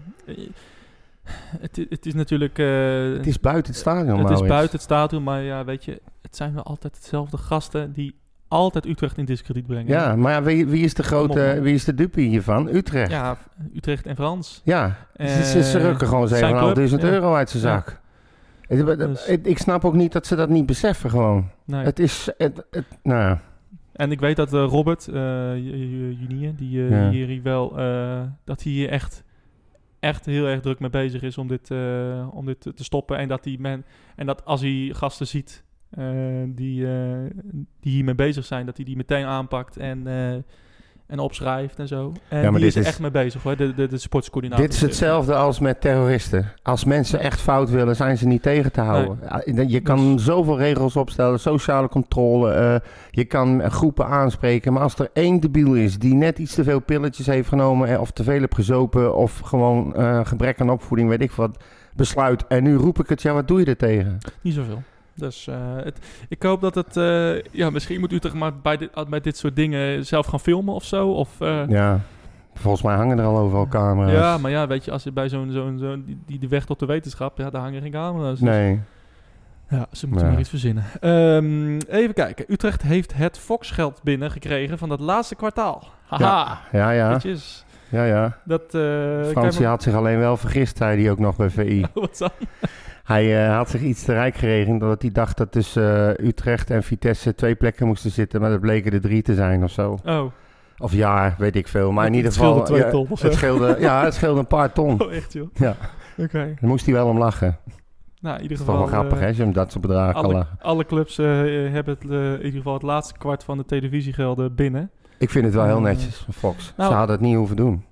Het is natuurlijk... het is buiten het stadion, Het is buiten het stadion, maar weet je... Het zijn wel altijd hetzelfde gasten die altijd Utrecht in diskrediet brengen. Ja, maar wie is de grote... Wie is de dupe hiervan? Utrecht. Ja, Utrecht en Frans. Ja, ze rukken gewoon €7.500 uit zijn zak. Ik snap ook niet dat ze dat niet beseffen gewoon. Nee. Het is... En ik weet dat Robert Junior, die hier wel... dat hij hier echt heel erg druk mee bezig is om dit te stoppen. En dat als hij gasten ziet die hiermee bezig zijn, dat hij die meteen aanpakt. En en opschrijft en zo. En maar die dit is echt mee bezig hoor, de sportscoördinator. Dit is hetzelfde als met terroristen. Als mensen echt fout willen, zijn ze niet tegen te houden. Nee. Je kan zoveel regels opstellen, sociale controle. Je kan groepen aanspreken. Maar als er één debiel is die net iets te veel pilletjes heeft genomen... of te veel heeft gezopen of gewoon gebrek aan opvoeding, weet ik wat... besluit. En nu roep ik het, wat doe je er tegen? Niet zoveel. Dus ik hoop dat het... misschien moet Utrecht maar bij dit soort dingen zelf gaan filmen of zo. Of, ja, volgens mij hangen er al overal camera's. Ja, maar weet je, als je bij zo'n die weg tot de wetenschap... daar hangen geen camera's. Dus, nee. Ja, ze moeten maar iets verzinnen. Even kijken. Utrecht heeft het Fox-geld binnengekregen van dat laatste kwartaal. Haha. Ja. Netjes. Ja. Fransie had zich alleen wel vergist, zei hij ook nog bij VI. Wat dan? Hij had zich iets te rijk geregend, omdat hij dacht dat tussen Utrecht en Vitesse 2 plekken moesten zitten, maar dat bleken er 3 te zijn of zo. Oh. Of weet ik veel. Maar in ieder geval... Het scheelde 2 ton of zo. Het scheelde een paar ton. Oh, echt joh? Ja. Oké. Daar moest hij wel om lachen. Nou, in ieder geval... Dat is toch wel grappig, hè, als je hem dat soort bedragen kan lachen. Alle clubs hebben in ieder geval het laatste kwart van de televisiegelden binnen. Ik vind het wel heel netjes van Fox. Ze hadden het niet hoeven doen.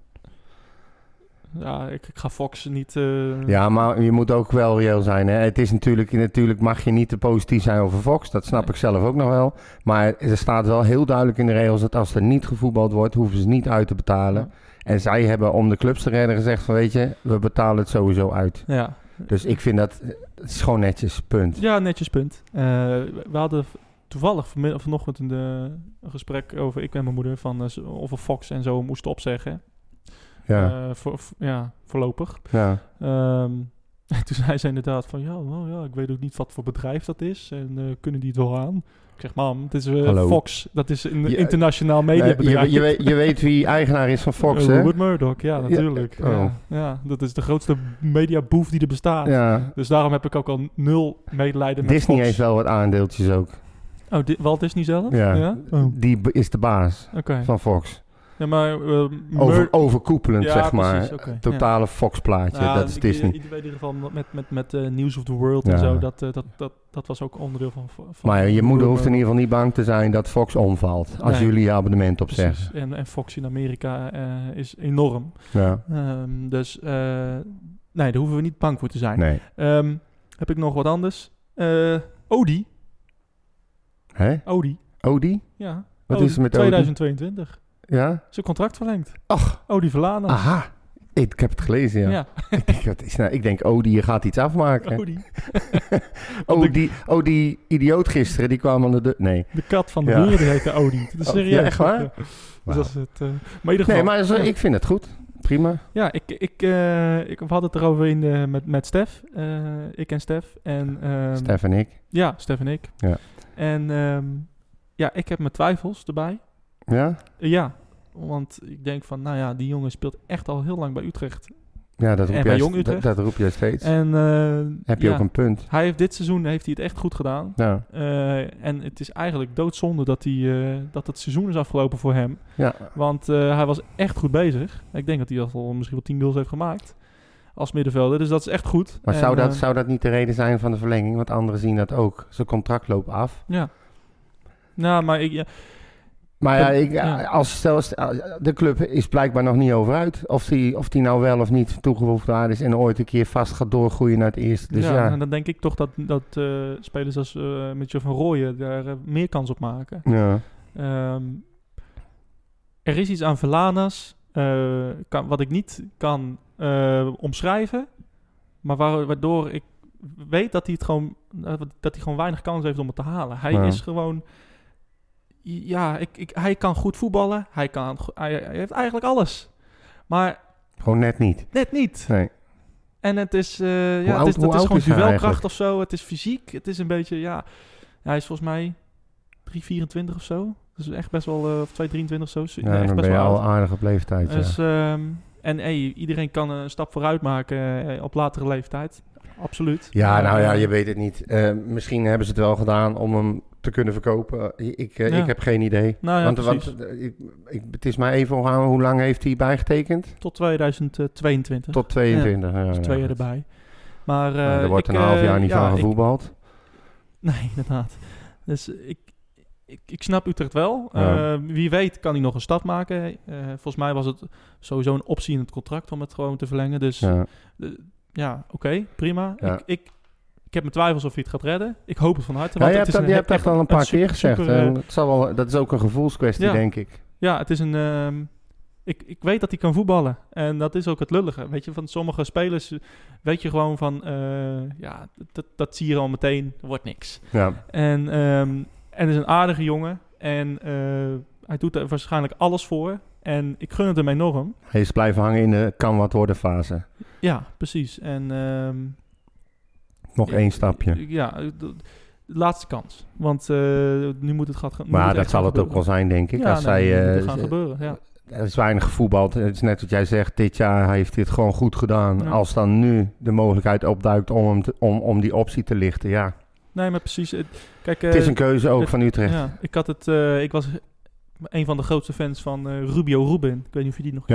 Ja, ik ga Fox niet... Ja, maar je moet ook wel reëel zijn. Hè? Het is natuurlijk mag je niet te positief zijn over Fox. Dat snap ik zelf ook nog wel. Maar er staat wel heel duidelijk in de regels dat als er niet gevoetbald wordt, hoeven ze niet uit te betalen. Ja. En zij hebben om de clubs te redden gezegd van, weet je, we betalen het sowieso uit. Ja. Dus ik vind dat, het is gewoon netjes, punt. Ja, netjes, punt. We hadden toevallig vanochtend een gesprek over, ik en mijn moeder, of we Fox en zo moesten opzeggen. Ja. Voorlopig. Ja. Toen zei ze inderdaad van, ik weet ook niet wat voor bedrijf dat is. En kunnen die het wel aan? Ik zeg, mam, het is Fox. Dat is een internationaal mediabedrijf. Je weet wie eigenaar is van Fox, hè? Rupert Murdoch, ja, natuurlijk. Ja, dat is de grootste mediaboef die er bestaat. Ja. Dus daarom heb ik ook al 0 medelijden met Disney Fox. heeft wel wat aandeeltjes ook. Oh, Walt Disney zelf? Ja. Oh. Die is de baas van Fox. Ja, maar... overkoepelend, zeg maar. Precies, okay. Totale Fox-plaatje, dat is Disney. In ieder geval met News of the World en zo, dat was ook onderdeel van maar je moeder hoeft in ieder geval niet bang te zijn dat Fox omvalt, als jullie je abonnement opzeggen. En Fox in Amerika is enorm. Ja. Dus daar hoeven we niet bang voor te zijn. Nee. Heb ik nog wat anders? Odi. Hè? Odi? Ja. Wat is er met 2022. Ja? Zijn contract verlengd. Ach. Odi Verlanas. Aha. Ik heb het gelezen, ja. Ik denk, Odi, je gaat iets afmaken. Odi. Die idioot gisteren, die kwam aan de... Nee. De kat van de buren, die heette Odi. Dat is serieus. Ja, echt waar? Ja. Dus dat is het, maar in ieder geval... Nee, maar ik vind het goed. Prima. Ja, we hadden het erover met Stef. Ik en Stef. Stef en ik. Ja, Stef en ik. Ja. En ik heb mijn twijfels erbij. Ja? Ja, want ik denk van, die jongen speelt echt al heel lang bij Utrecht. Ja, dat roep jij steeds. En heb je ook een punt. Dit seizoen heeft hij het echt goed gedaan. Ja. En het is eigenlijk doodzonde dat het seizoen is afgelopen voor hem. Ja. Want hij was echt goed bezig. Ik denk dat hij al misschien wel 10 goals heeft gemaakt als middenvelder. Dus dat is echt goed. Maar zou dat niet de reden zijn van de verlenging? Want anderen zien dat ook. Zijn contract loopt af. Ja. Nou, maar de club is blijkbaar nog niet over uit. Of die nou wel of niet toegevoegd waarde is en ooit een keer vast gaat doorgroeien naar het eerste. Dus en dan denk ik toch dat spelers als Mitchell van Rooyen daar meer kans op maken. Ja. Er is iets aan Verlanas wat ik niet kan omschrijven, maar waardoor ik weet dat hij gewoon weinig kans heeft om het te halen. Hij is gewoon... Ja, hij kan goed voetballen. Hij heeft eigenlijk alles. Maar... Gewoon net niet. Net niet. Nee. En het is... het is gewoon duelkracht of zo. Het is fysiek. Het is een beetje... hij is volgens mij 3,24 of zo. Dus echt best wel... of 2,23 of zo. Ja, echt dan best ben je al aardig op leeftijd. Dus, iedereen kan een stap vooruit maken op latere leeftijd. Absoluut. Ja, je weet het niet. Misschien hebben ze het wel gedaan om hem te kunnen verkopen. Ik heb geen idee. Want het is maar even hoe lang heeft hij bijgetekend? Tot 2022. Tot 22, dus 2 jaar erbij. Maar er wordt een half jaar niet van gevoetbald. Nee, inderdaad. Dus ik snap Utrecht wel. Wie weet kan hij nog een stap maken. Volgens mij was het sowieso een optie in het contract om het gewoon te verlengen. Dus oké, prima. Ja. Ik heb mijn twijfels of hij het gaat redden. Ik hoop het van harte. Want je hebt echt al een paar keer gezegd. Dat is ook een gevoelskwestie, denk ik. Ja, het is een... Ik weet dat hij kan voetballen. En dat is ook het lullige. Weet je, van sommige spelers weet je gewoon van... dat zie je al meteen. Er wordt niks. Ja. En het is een aardige jongen. En hij doet er waarschijnlijk alles voor. En ik gun het hem enorm. Hij is blijven hangen in de kan wat worden fase. Ja, precies. En... nog één stapje. Ja, de laatste kans. Want nu moet het gaan gebeuren. Maar dat zal het ook wel zijn, denk ik. Ja, als moet gaan gebeuren, ja. Er is weinig gevoetbald. Het is net wat jij zegt. Dit jaar heeft hij het gewoon goed gedaan. Ja. Als dan nu de mogelijkheid opduikt om die optie te lichten, ja. Nee, maar precies. Kijk, het is een keuze ook van Utrecht. Ja, ik was een van de grootste fans van Rubio Rubin. Ik weet niet of je die nog kent.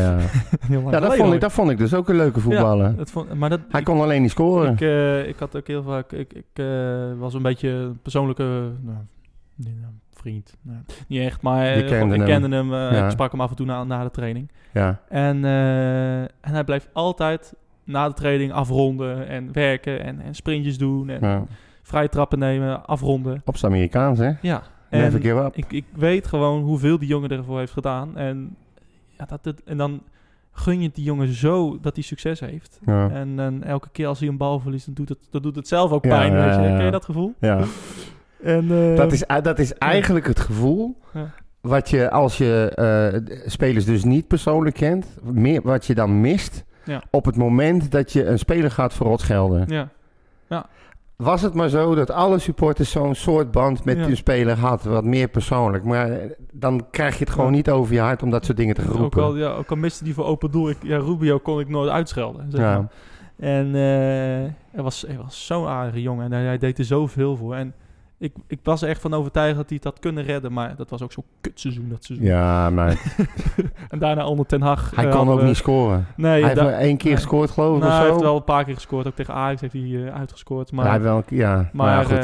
Ja, dat vond ik dus ook een leuke voetballer. Ja, hij kon alleen niet scoren. Ik had ook heel vaak... Ik was een beetje een persoonlijke... vriend. Nou, niet echt, maar ik kende hem. Ik sprak hem af en toe na de training. Ja. En hij bleef altijd na de training afronden en werken en sprintjes doen en vrije trappen nemen, afronden. Op zijn Amerikaans, hè? Ja. Never give up. Ik weet gewoon hoeveel die jongen ervoor heeft gedaan. En, en dan gun je die jongen zo dat hij succes heeft. Ja. En elke keer als hij een bal verliest, dan doet het zelf ook pijn. Weet je? Ken je dat gevoel? Ja. En, dat is eigenlijk het gevoel wat je als je spelers dus niet persoonlijk kent, wat je dan mist op het moment dat je een speler gaat verrotschelden. Ja. Ja. Was het maar zo dat alle supporters zo'n soort band met hun speler hadden, wat meer persoonlijk. Maar dan krijg je het gewoon niet over je hart om dat soort dingen te roepen. Ook al miste die voor open doel. Rubio kon ik nooit uitschelden. Zeg maar. En hij was zo'n aardige jongen en hij deed er zoveel voor. En ik was er echt van overtuigd dat hij het had kunnen redden. Maar dat was ook zo'n kutseizoen, dat seizoen. Ja, maar... en daarna onder Ten Hag... Hij kon ook niet scoren. Nee, hij heeft 1 keer gescoord, geloof ik, of zo. Hij heeft wel een paar keer gescoord. Ook tegen Ajax heeft hij uitgescoord. Maar, maar goed.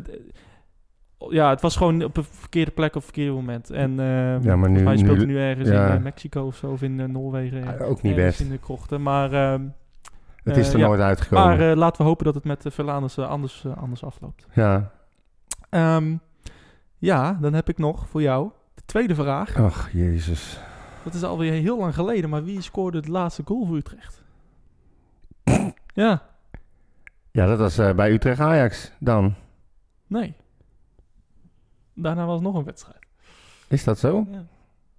Het was gewoon op een verkeerde plek op het verkeerde moment. En maar hij speelt nu ergens in Mexico of zo. Of in Noorwegen. Ook niet best. In de krochten. Maar... het is er nooit uitgekomen. Maar laten we hopen dat het met Verlanes anders afloopt. Ja. Dan heb ik nog voor jou de tweede vraag. Ach, jezus. Dat is alweer heel lang geleden, maar wie scoorde de laatste goal voor Utrecht? Ja. Ja, dat was bij Utrecht Ajax dan. Nee. Daarna was nog een wedstrijd. Is dat zo? Ja.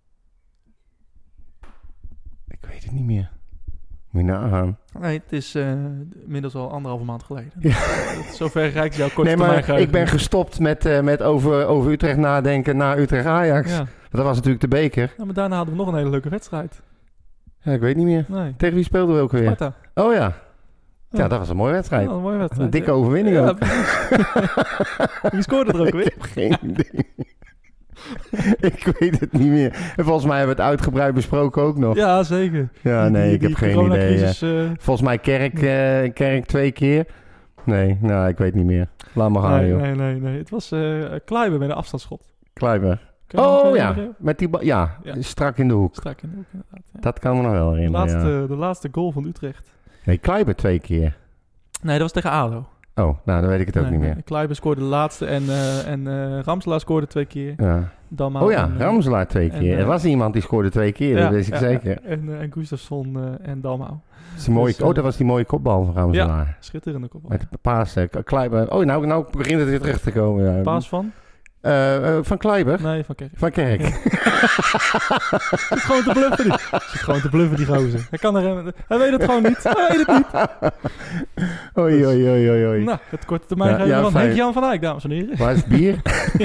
Ik weet het niet meer. Moet je nagaan. Nee, het is inmiddels al 1,5 maand geleden. Ja. Zover reikt jouw korte termijn geheugen. Ik ben gestopt met over Utrecht nadenken naar Utrecht Ajax. Ja. Dat was natuurlijk de beker. Ja, maar daarna hadden we nog een hele leuke wedstrijd. Ja, ik weet niet meer. Nee. Tegen wie speelden we ook weer? Sparta. Oh ja. Ja, dat was een mooie wedstrijd. Ja, een mooie wedstrijd. Een dikke overwinning ook. Wie scoorde er ook weer? Ik heb geen idee. Ik weet het niet meer. En volgens mij hebben we het uitgebreid besproken ook nog. Ja, zeker. Ja, ik heb geen idee. Volgens mij Kerk 2 keer. Nee, nou, ik weet niet meer. Laat maar gaan, joh. Nee. Het was Kleiber met een afstandsschot. Kleiber. Met die strak in de hoek. Strak in de hoek, inderdaad. Ja. Dat kan me nog wel herinneren. De laatste goal van Utrecht. Nee, Kleiber 2 keer. Nee, dat was tegen ADO. Oh, nou, dan weet ik het ook niet meer. Kleiber scoorde de laatste en Ramselaar scoorde 2 keer. Ja. Ramselaar 2 keer. Er was iemand die scoorde 2 keer, dat wist ik zeker. En Gustafsson en Dalmau. Dat was die mooie kopbal van Ramselaar. Ja, schitterende kopbal. Met de paas, Kleiber. Oh, nou begint het weer terug te komen. Ja. Paas van? Van Kleiber? Nee, van Kerk. Van Kerk. Ja. Zit gewoon te bluffen, Zit gewoon te bluffen, die gozer. Hij weet het gewoon niet. Hij weet het niet. Oei. Nou, het korte termijn geven van Henk-Jan van Eyck, dames en heren. Waar is het bier?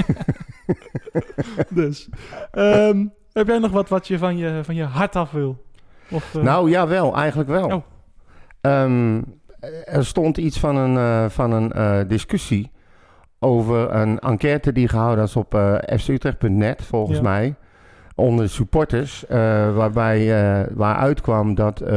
Dus. Heb jij nog wat je van je hart af wil? Of, Nou, ja, wel. Eigenlijk wel. Oh. Er stond iets van een discussie over een enquête die gehouden was op fcutrecht.net, volgens mij, onder supporters, waar uitkwam dat 90%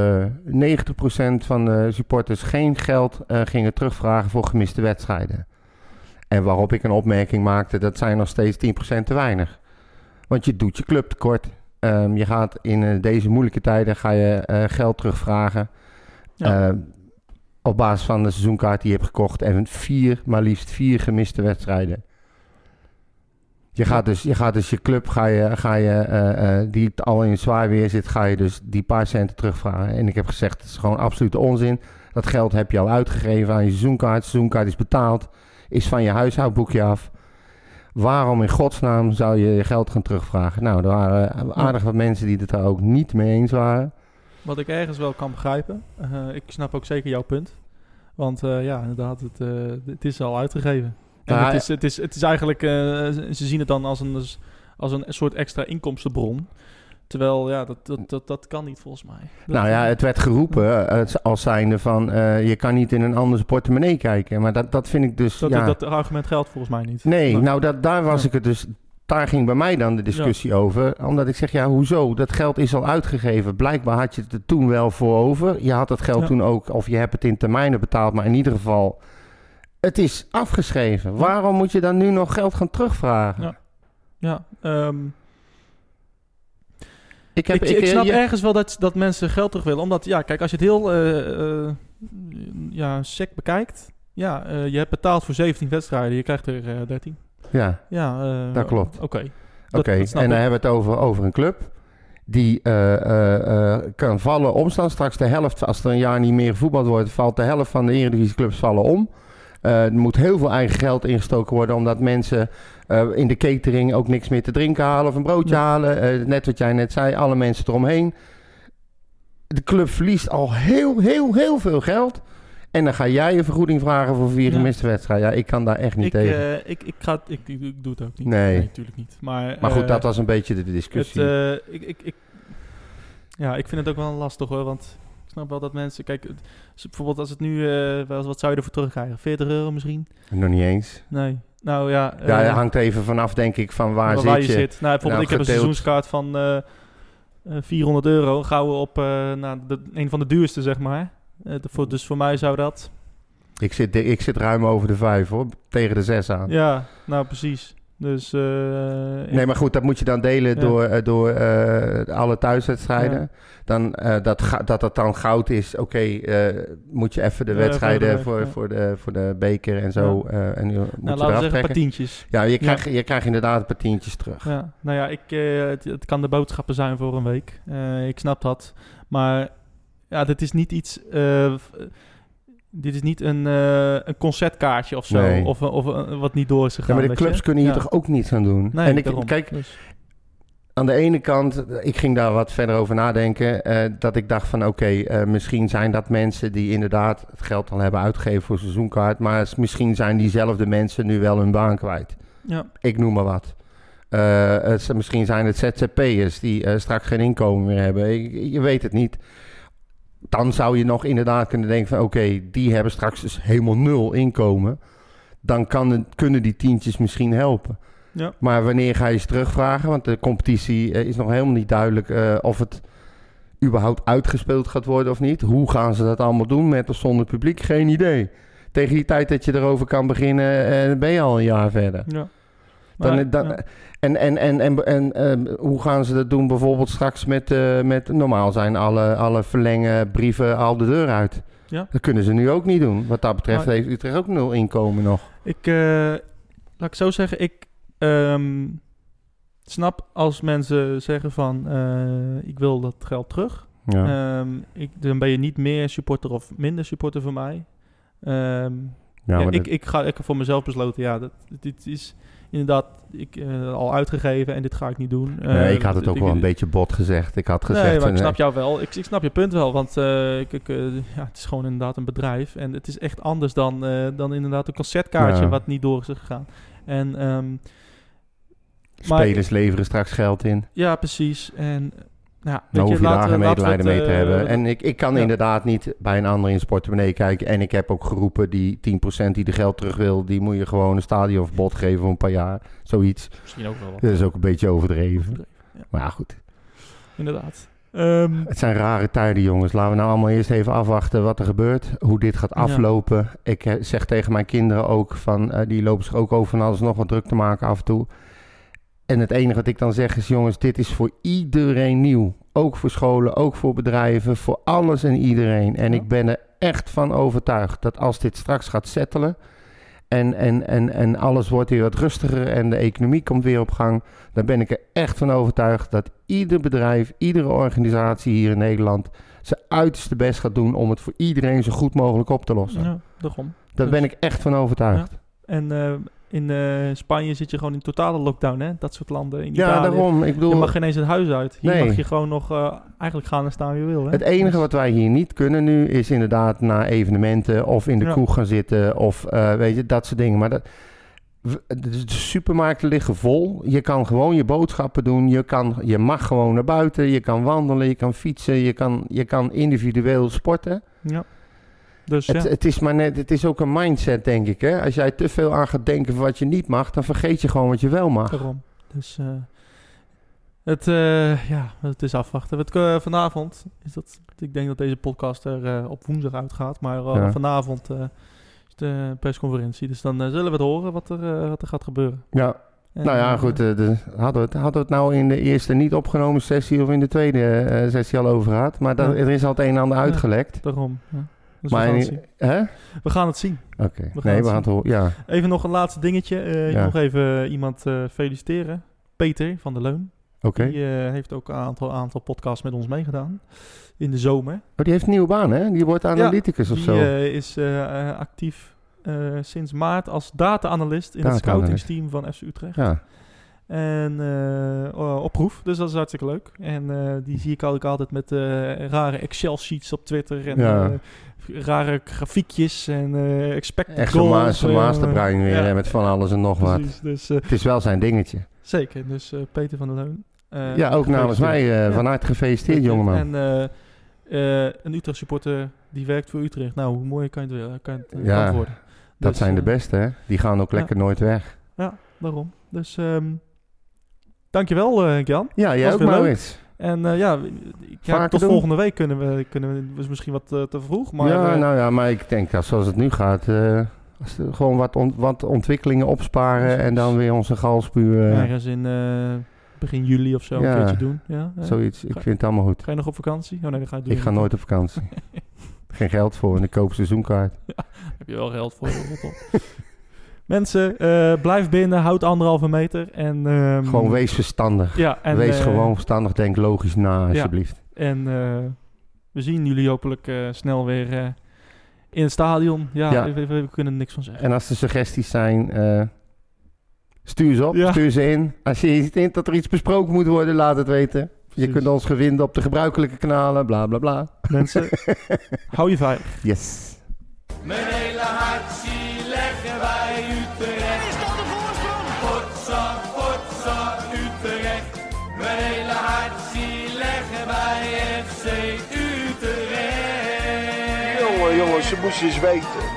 van de supporters geen geld gingen terugvragen voor gemiste wedstrijden. En waarop ik een opmerking maakte, dat zijn nog steeds 10% te weinig. Want je doet je club tekort. Je gaat in deze moeilijke tijden geld terugvragen. Ja. Op basis van de seizoenkaart die je hebt gekocht. En maar liefst 4 gemiste wedstrijden. Je gaat dus je club, die al in zwaar weer zit, ga je dus die paar centen terugvragen. En ik heb gezegd, het is gewoon absolute onzin. Dat geld heb je al uitgegeven aan je seizoenkaart. De seizoenkaart is betaald, is van je huishoudboekje af. Waarom in godsnaam zou je je geld gaan terugvragen? Nou, er waren aardig wat mensen die het daar ook niet mee eens waren. Wat ik ergens wel kan begrijpen. Ik snap ook zeker jouw punt. Want inderdaad, het is al uitgegeven. En het is eigenlijk, ze zien het dan als een soort extra inkomstenbron. Terwijl, dat kan niet volgens mij. Het werd geroepen als zijnde van, je kan niet in een anders portemonnee kijken. Maar dat vind ik dus, Dat argument geldt volgens mij niet. Nee, daar was ik het dus, daar ging bij mij dan de discussie over. Omdat ik zeg, hoezo? Dat geld is al uitgegeven. Blijkbaar had je het er toen wel voor over. Je had het geld toen ook, of je hebt het in termijnen betaald, maar in ieder geval... Het is afgeschreven. Waarom moet je dan nu nog geld gaan terugvragen? Ik snap ergens wel dat mensen geld terug willen. Omdat, kijk, als je het heel sec bekijkt... je hebt betaald voor 17 wedstrijden. Je krijgt er 13. Dat klopt. Oké. En dan hebben we het over een club... die kan vallen, omstaan. Straks de helft, als er een jaar niet meer gevoetbald wordt... valt de helft van de eredivisieclubs vallen om... Er moet heel veel eigen geld ingestoken worden... omdat mensen in de catering ook niks meer te drinken halen... of een broodje halen. Net wat jij net zei, alle mensen eromheen. De club verliest al heel veel geld... en dan ga jij een vergoeding vragen voor 4 gemiste wedstrijden. Ja, ik kan daar echt niet tegen. Ik doe het ook niet. Nee, natuurlijk niet. Maar goed, dat was een beetje de discussie. Ik vind het ook wel lastig hoor, want... Ik snap wel dat mensen... Kijk, bijvoorbeeld als het nu... wat zou je ervoor terugkrijgen? €40 misschien? Nog niet eens. Nee. Nou ja... het hangt even vanaf, denk ik, van waar je zit. Nou, bijvoorbeeld ik heb een seizoenskaart van €400. Gauw op een van de duurste, zeg maar. Dus voor mij zou dat... Ik zit ruim over de 5, hoor. Tegen de 6 aan. Ja, nou precies. Dus, nee, maar goed, dat moet je dan delen door alle thuiswedstrijden. Ja. Dan, dat dan goud is, moet je even de wedstrijden voor de beker en zo. En nu moet je eraf trekken. Een paar tientjes. Ja, je krijgt inderdaad een paar tientjes terug. Ja. Nou ja, het kan de boodschappen zijn voor een week. Ik snap dat. Maar dit is niet iets... Dit is niet een concertkaartje of zo. Nee. Of wat niet door is gegaan. Ja, maar de clubs kunnen hier toch ook niets aan doen? Nee, en kijk, aan de ene kant, ik ging daar wat verder over nadenken. Dat ik dacht van misschien zijn dat mensen die inderdaad het geld al hebben uitgegeven voor seizoenkaart. Maar misschien zijn diezelfde mensen nu wel hun baan kwijt. Ja. Ik noem maar wat. Misschien zijn het ZZP'ers die straks geen inkomen meer hebben. Je weet het niet. Dan zou je nog inderdaad kunnen denken van... die hebben straks dus helemaal 0 inkomen. Dan kunnen die tientjes misschien helpen. Ja. Maar wanneer ga je ze terugvragen? Want de competitie is nog helemaal niet duidelijk... of het überhaupt uitgespeeld gaat worden of niet. Hoe gaan ze dat allemaal doen met of zonder publiek? Geen idee. Tegen die tijd dat je erover kan beginnen... ben je al een jaar verder. Ja. En hoe gaan ze dat doen bijvoorbeeld straks met normaal zijn alle verlengen brieven al de deur uit. Ja. Dat kunnen ze nu ook niet doen. Wat dat betreft heeft Utrecht ook 0 inkomen nog. Laat ik zo zeggen, ik snap als mensen zeggen van ik wil dat geld terug. Ja. Dan ben je niet meer supporter of minder supporter van mij. Ik heb voor mezelf besloten, dit is... Inderdaad, al uitgegeven en dit ga ik niet doen. Nee, ik had het ook wel een beetje bot gezegd. Ik had gezegd... Nee, maar ik snap jou wel. Ik snap je punt wel, want het is gewoon inderdaad een bedrijf. En het is echt anders dan inderdaad een concertkaartje wat niet door is gegaan. En, spelers leveren straks geld in. Ja, precies. En... Ja, dan hoef je daar geen medelijden mee te hebben. En ik kan inderdaad niet bij een ander in zijn portemonnee kijken. En ik heb ook geroepen, die 10% die de geld terug wil... die moet je gewoon een stadionverbod geven voor een paar jaar. Zoiets. Misschien ook wel wat. Dat is ook een beetje overdreven. Ja. Maar goed. Inderdaad. Het zijn rare tijden, jongens. Laten we nou allemaal eerst even afwachten wat er gebeurt. Hoe dit gaat aflopen. Ja. Ik zeg tegen mijn kinderen ook van... die lopen zich ook over van alles nog wat druk te maken af en toe. En het enige wat ik dan zeg is... jongens, dit is voor iedereen nieuw. Ook voor scholen, ook voor bedrijven. Voor alles en iedereen. En ik ben er echt van overtuigd... dat als dit straks gaat settelen... En alles wordt weer wat rustiger en de economie komt weer op gang. Dan ben ik er echt van overtuigd dat ieder bedrijf, iedere organisatie hier in Nederland zijn uiterste best gaat doen om het voor iedereen zo goed mogelijk op te lossen. Ja, daarom. Daar ben ik echt van overtuigd. Ja. En in Spanje zit je gewoon in totale lockdown, hè? Dat soort landen. In Italië, daarom. Ik bedoel, je mag geen eens het huis uit. Hier mag je gewoon nog eigenlijk gaan en staan wie je wil. Hè? Het enige wat wij hier niet kunnen nu is inderdaad naar evenementen of in de kroeg gaan zitten of weet je, dat soort dingen. Maar de supermarkten liggen vol. Je kan gewoon je boodschappen doen. Je mag gewoon naar buiten. Je kan wandelen, je kan fietsen, je kan individueel sporten. Ja. Dus, het is maar net, het is ook een mindset, denk ik. Hè? Als jij te veel aan gaat denken van wat je niet mag, dan vergeet je gewoon wat je wel mag. Daarom. Dus het is afwachten. Vanavond is dat. Ik denk dat deze podcast er op woensdag uitgaat, maar vanavond is de persconferentie. Dus dan zullen we het horen wat er gaat gebeuren. Ja. En, goed. Hadden we het nou in de eerste niet opgenomen sessie of in de tweede sessie al over gehad? Maar er is al het een en ander uitgelekt. Daarom. Ja. Dus maar we gaan het zien. Oké. We gaan het horen. Ja. Even nog een laatste dingetje. Nog even iemand feliciteren. Peter van der Leun. Okay. Die heeft ook een aantal podcasts met ons meegedaan. In de zomer. Oh, die heeft een nieuwe baan, hè? Die wordt analyticus of zo. Die is actief sinds maart als data-analyst in het scoutingsteam van FC Utrecht. Ja. En op proef, dus dat is hartstikke leuk. En die zie ik ook altijd met rare Excel-sheets op Twitter en rare grafiekjes en expected goals. Echt zo'n masterbrein weer met van alles en nog wat. Dus, het is wel zijn dingetje. Zeker, dus Peter van der Leun. Ook namens mij van harte gefeliciteerd, jongeman. En een Utrecht supporter die werkt voor Utrecht. Nou, hoe mooi kan je het antwoorden. Dat zijn de beste, hè? Die gaan ook lekker nooit weg. Ja, daarom. Dus dankjewel, Jan. Ja, jij ook maar eens. En tot volgende week kunnen we dus misschien wat te vroeg. Maar, maar ik denk dat zoals het nu gaat, gewoon wat ontwikkelingen opsparen en dan weer onze galspuur. Ergens in begin juli of zo een keertje doen. Ja, zoiets. Ik vind het allemaal goed. Ga je nog op vakantie? Oh nee, dat ga je doen. Ik ga nooit op vakantie. Geen geld voor en ik koop seizoenkaart. Ja, heb je wel geld voor. Mensen, blijf binnen, houd 1,5 meter. En, gewoon wees verstandig. Ja, en, wees gewoon verstandig, denk logisch na, alsjeblieft. En we zien jullie hopelijk snel weer in het stadion. We kunnen er niks van zeggen. En als er suggesties zijn, stuur ze op, stuur ze in. Als je vindt dat er iets besproken moet worden, laat het weten. Precies. Je kunt ons vinden op de gebruikelijke kanalen, bla bla bla. Mensen, hou je veilig. Yes. Mijn hele hart leggen wij Utrecht. Is dat de voorsprong? Potsa, potsa, Utrecht. Mijn hele hart leggen wij FC Utrecht. Jongen, ze moesten eens weten.